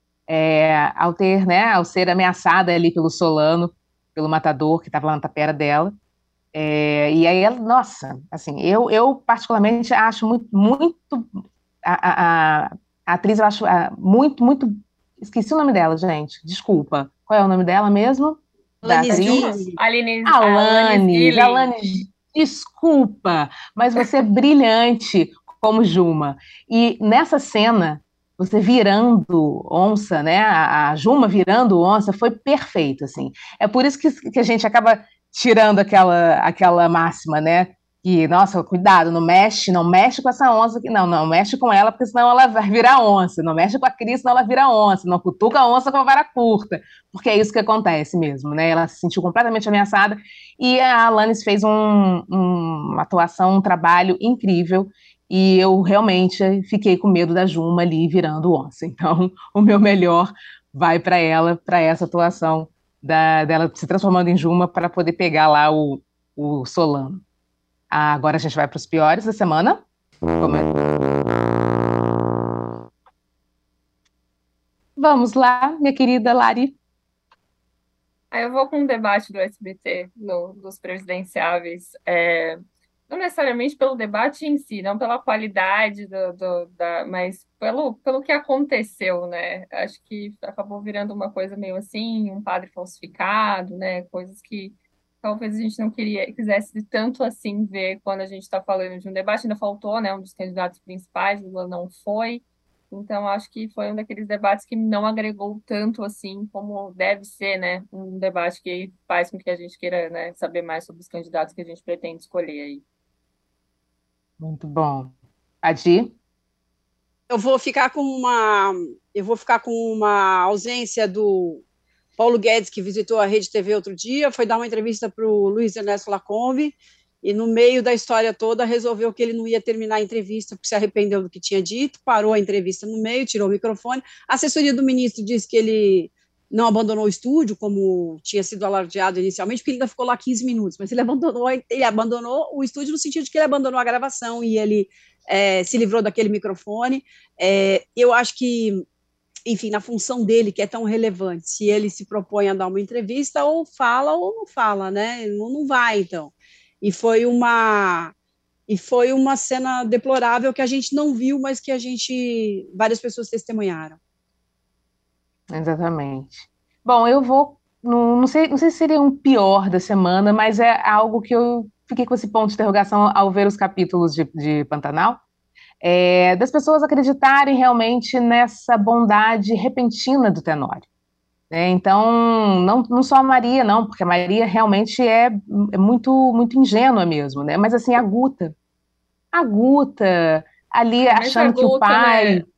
é, ao ter, né, ao ser ameaçada ali pelo Solano, pelo matador que estava lá na tapera dela. É, e aí, ela, nossa, assim, eu, eu particularmente acho muito, muito a, a, a atriz, eu acho a, muito, muito, esqueci o nome dela, gente, desculpa. Qual é o nome dela mesmo? Da atriz? Alanis, Alanis, Alanis, desculpa, mas você é brilhante como Juma. E nessa cena, você virando onça, né? A, a Juma virando onça foi perfeito, assim. É por isso que, que a gente acaba tirando aquela, aquela máxima, né? Que, nossa, cuidado, não mexe, não mexe com essa onça aqui, não, não mexe com ela, porque senão ela vai virar onça, não mexe com a Cris, senão ela vira onça, não cutuca a onça com a vara curta, porque é isso que acontece mesmo, né? Ela se sentiu completamente ameaçada e a Alanis fez um, um, uma atuação, um trabalho incrível. E eu realmente fiquei com medo da Juma ali virando onça. Então, o meu melhor vai para ela, para essa atuação da, dela se transformando em Juma para poder pegar lá o, o Solano. Ah, agora a gente vai para os piores da semana. Como é? Vamos lá, minha querida Lari. Aí eu vou com um debate do S B T, no, dos presidenciáveis. É... Não necessariamente pelo debate em si, não pela qualidade, do, do, da, mas pelo, pelo que aconteceu, né? Acho que acabou virando uma coisa meio assim, um padre falsificado, né? Coisas que talvez a gente não queria, quisesse tanto assim ver quando a gente está falando de um debate. Ainda faltou, né? Um dos candidatos principais, Lula não foi. Então, acho que foi um daqueles debates que não agregou tanto assim como deve ser, né? Um debate que faz com que a gente queira, né, saber mais sobre os candidatos que a gente pretende escolher aí. Muito bom. Adi? Eu vou ficar com uma, eu vou ficar com uma ausência do Paulo Guedes, que visitou a Rede T V outro dia, foi dar uma entrevista para o Luiz Ernesto Lacombe, e no meio da história toda resolveu que ele não ia terminar a entrevista porque se arrependeu do que tinha dito, parou a entrevista no meio, tirou o microfone. A assessoria do ministro disse que ele não abandonou o estúdio, como tinha sido alardeado inicialmente, porque ele ainda ficou lá quinze minutos, mas ele abandonou, ele abandonou o estúdio no sentido de que ele abandonou a gravação e ele é, se livrou daquele microfone. É, eu acho que, enfim, na função dele, que é tão relevante, se ele se propõe a dar uma entrevista, ou fala ou não fala, né? Não, não vai, então. E foi uma... E foi uma cena deplorável que a gente não viu, mas que a gente, várias pessoas testemunharam. Exatamente. Bom, eu vou, não, não sei, não sei se seria um pior da semana, mas é algo que eu fiquei com esse ponto de interrogação ao ver os capítulos de, de Pantanal, é, das pessoas acreditarem realmente nessa bondade repentina do Tenório. É, então, não, não só a Maria, não, porque a Maria realmente é, é muito, muito ingênua mesmo, né? Mas assim, a Guta, a Guta ali Mas achando a que o Guta, pai... né?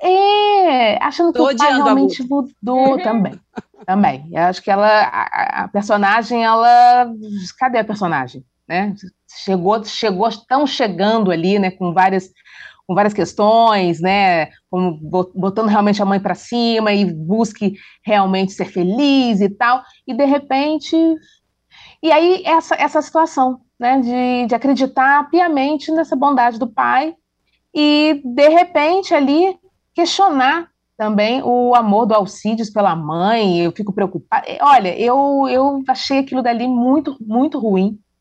É, achando que Tô o pai odiando a realmente mudou também. Também. Eu acho que ela, a, a personagem, ela... Cadê a personagem? Né? Chegou, chegou, estão chegando ali, né, com várias... com várias questões, né, como botando realmente a mãe para cima e busque realmente ser feliz e tal, e de repente... E aí essa, essa situação, né, de, de acreditar piamente nessa bondade do pai e, de repente, ali questionar também o amor do Alcides pela mãe. Eu fico preocupada. Olha, eu, eu achei aquilo dali muito, muito ruim,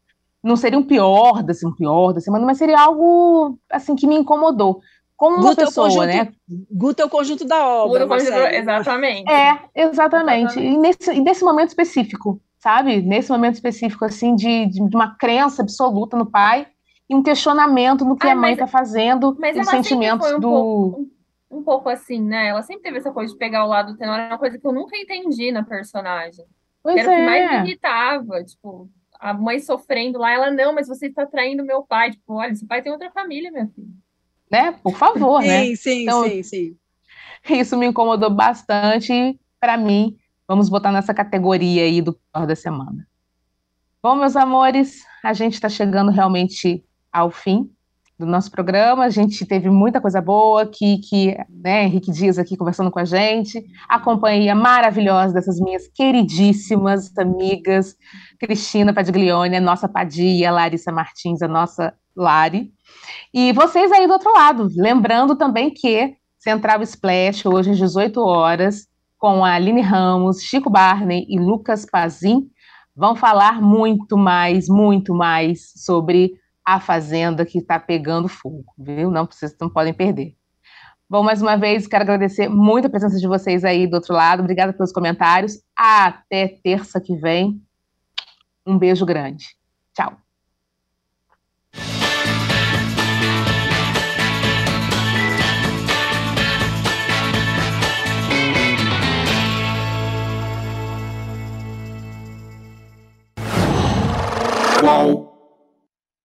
não seria um pior da, um pior da semana, mas seria algo assim que me incomodou. Como uma Guta é o pessoa, conjunto, né? Guta é o conjunto da obra, Guta é o conjunto- Marcele. exatamente. É, exatamente. Exatamente. E nesse, e nesse momento específico, sabe? Nesse momento específico, assim, de, de, de uma crença absoluta no pai e um questionamento no que Ai, a mãe mas- está fazendo Mas e os ela sempre sentimentos foi um do. pouco, um, um pouco assim, né? Ela sempre teve essa coisa de pegar o lado do Tenório, é uma coisa que eu nunca entendi na personagem. Pois Era o que mais me é, irritava, tipo, a mãe sofrendo lá, ela, não, mas você está traindo meu pai. Tipo, olha, seu pai tem outra família, minha filha. né? Por favor, né? Sim, sim, Então, sim, sim. isso me incomodou bastante e, para mim, vamos botar nessa categoria aí do pior da semana. Bom, meus amores, a gente está chegando realmente ao fim do nosso programa. A gente teve muita coisa boa, que, que né, Henrique Dias aqui conversando com a gente, a companhia maravilhosa dessas minhas queridíssimas amigas, Cristina Padiglione, a nossa Padia, Larissa Martins, a nossa Lari. E vocês aí do outro lado, lembrando também que Central Splash, hoje às dezoito horas, com a Aline Ramos, Chico Barney e Lucas Pazin, vão falar muito mais, muito mais sobre a Fazenda que está pegando fogo, viu? Não, vocês não podem perder. Bom, mais uma vez, quero agradecer muito a presença de vocês aí do outro lado. Obrigada pelos comentários. Até terça que vem. Um beijo grande. Tchau.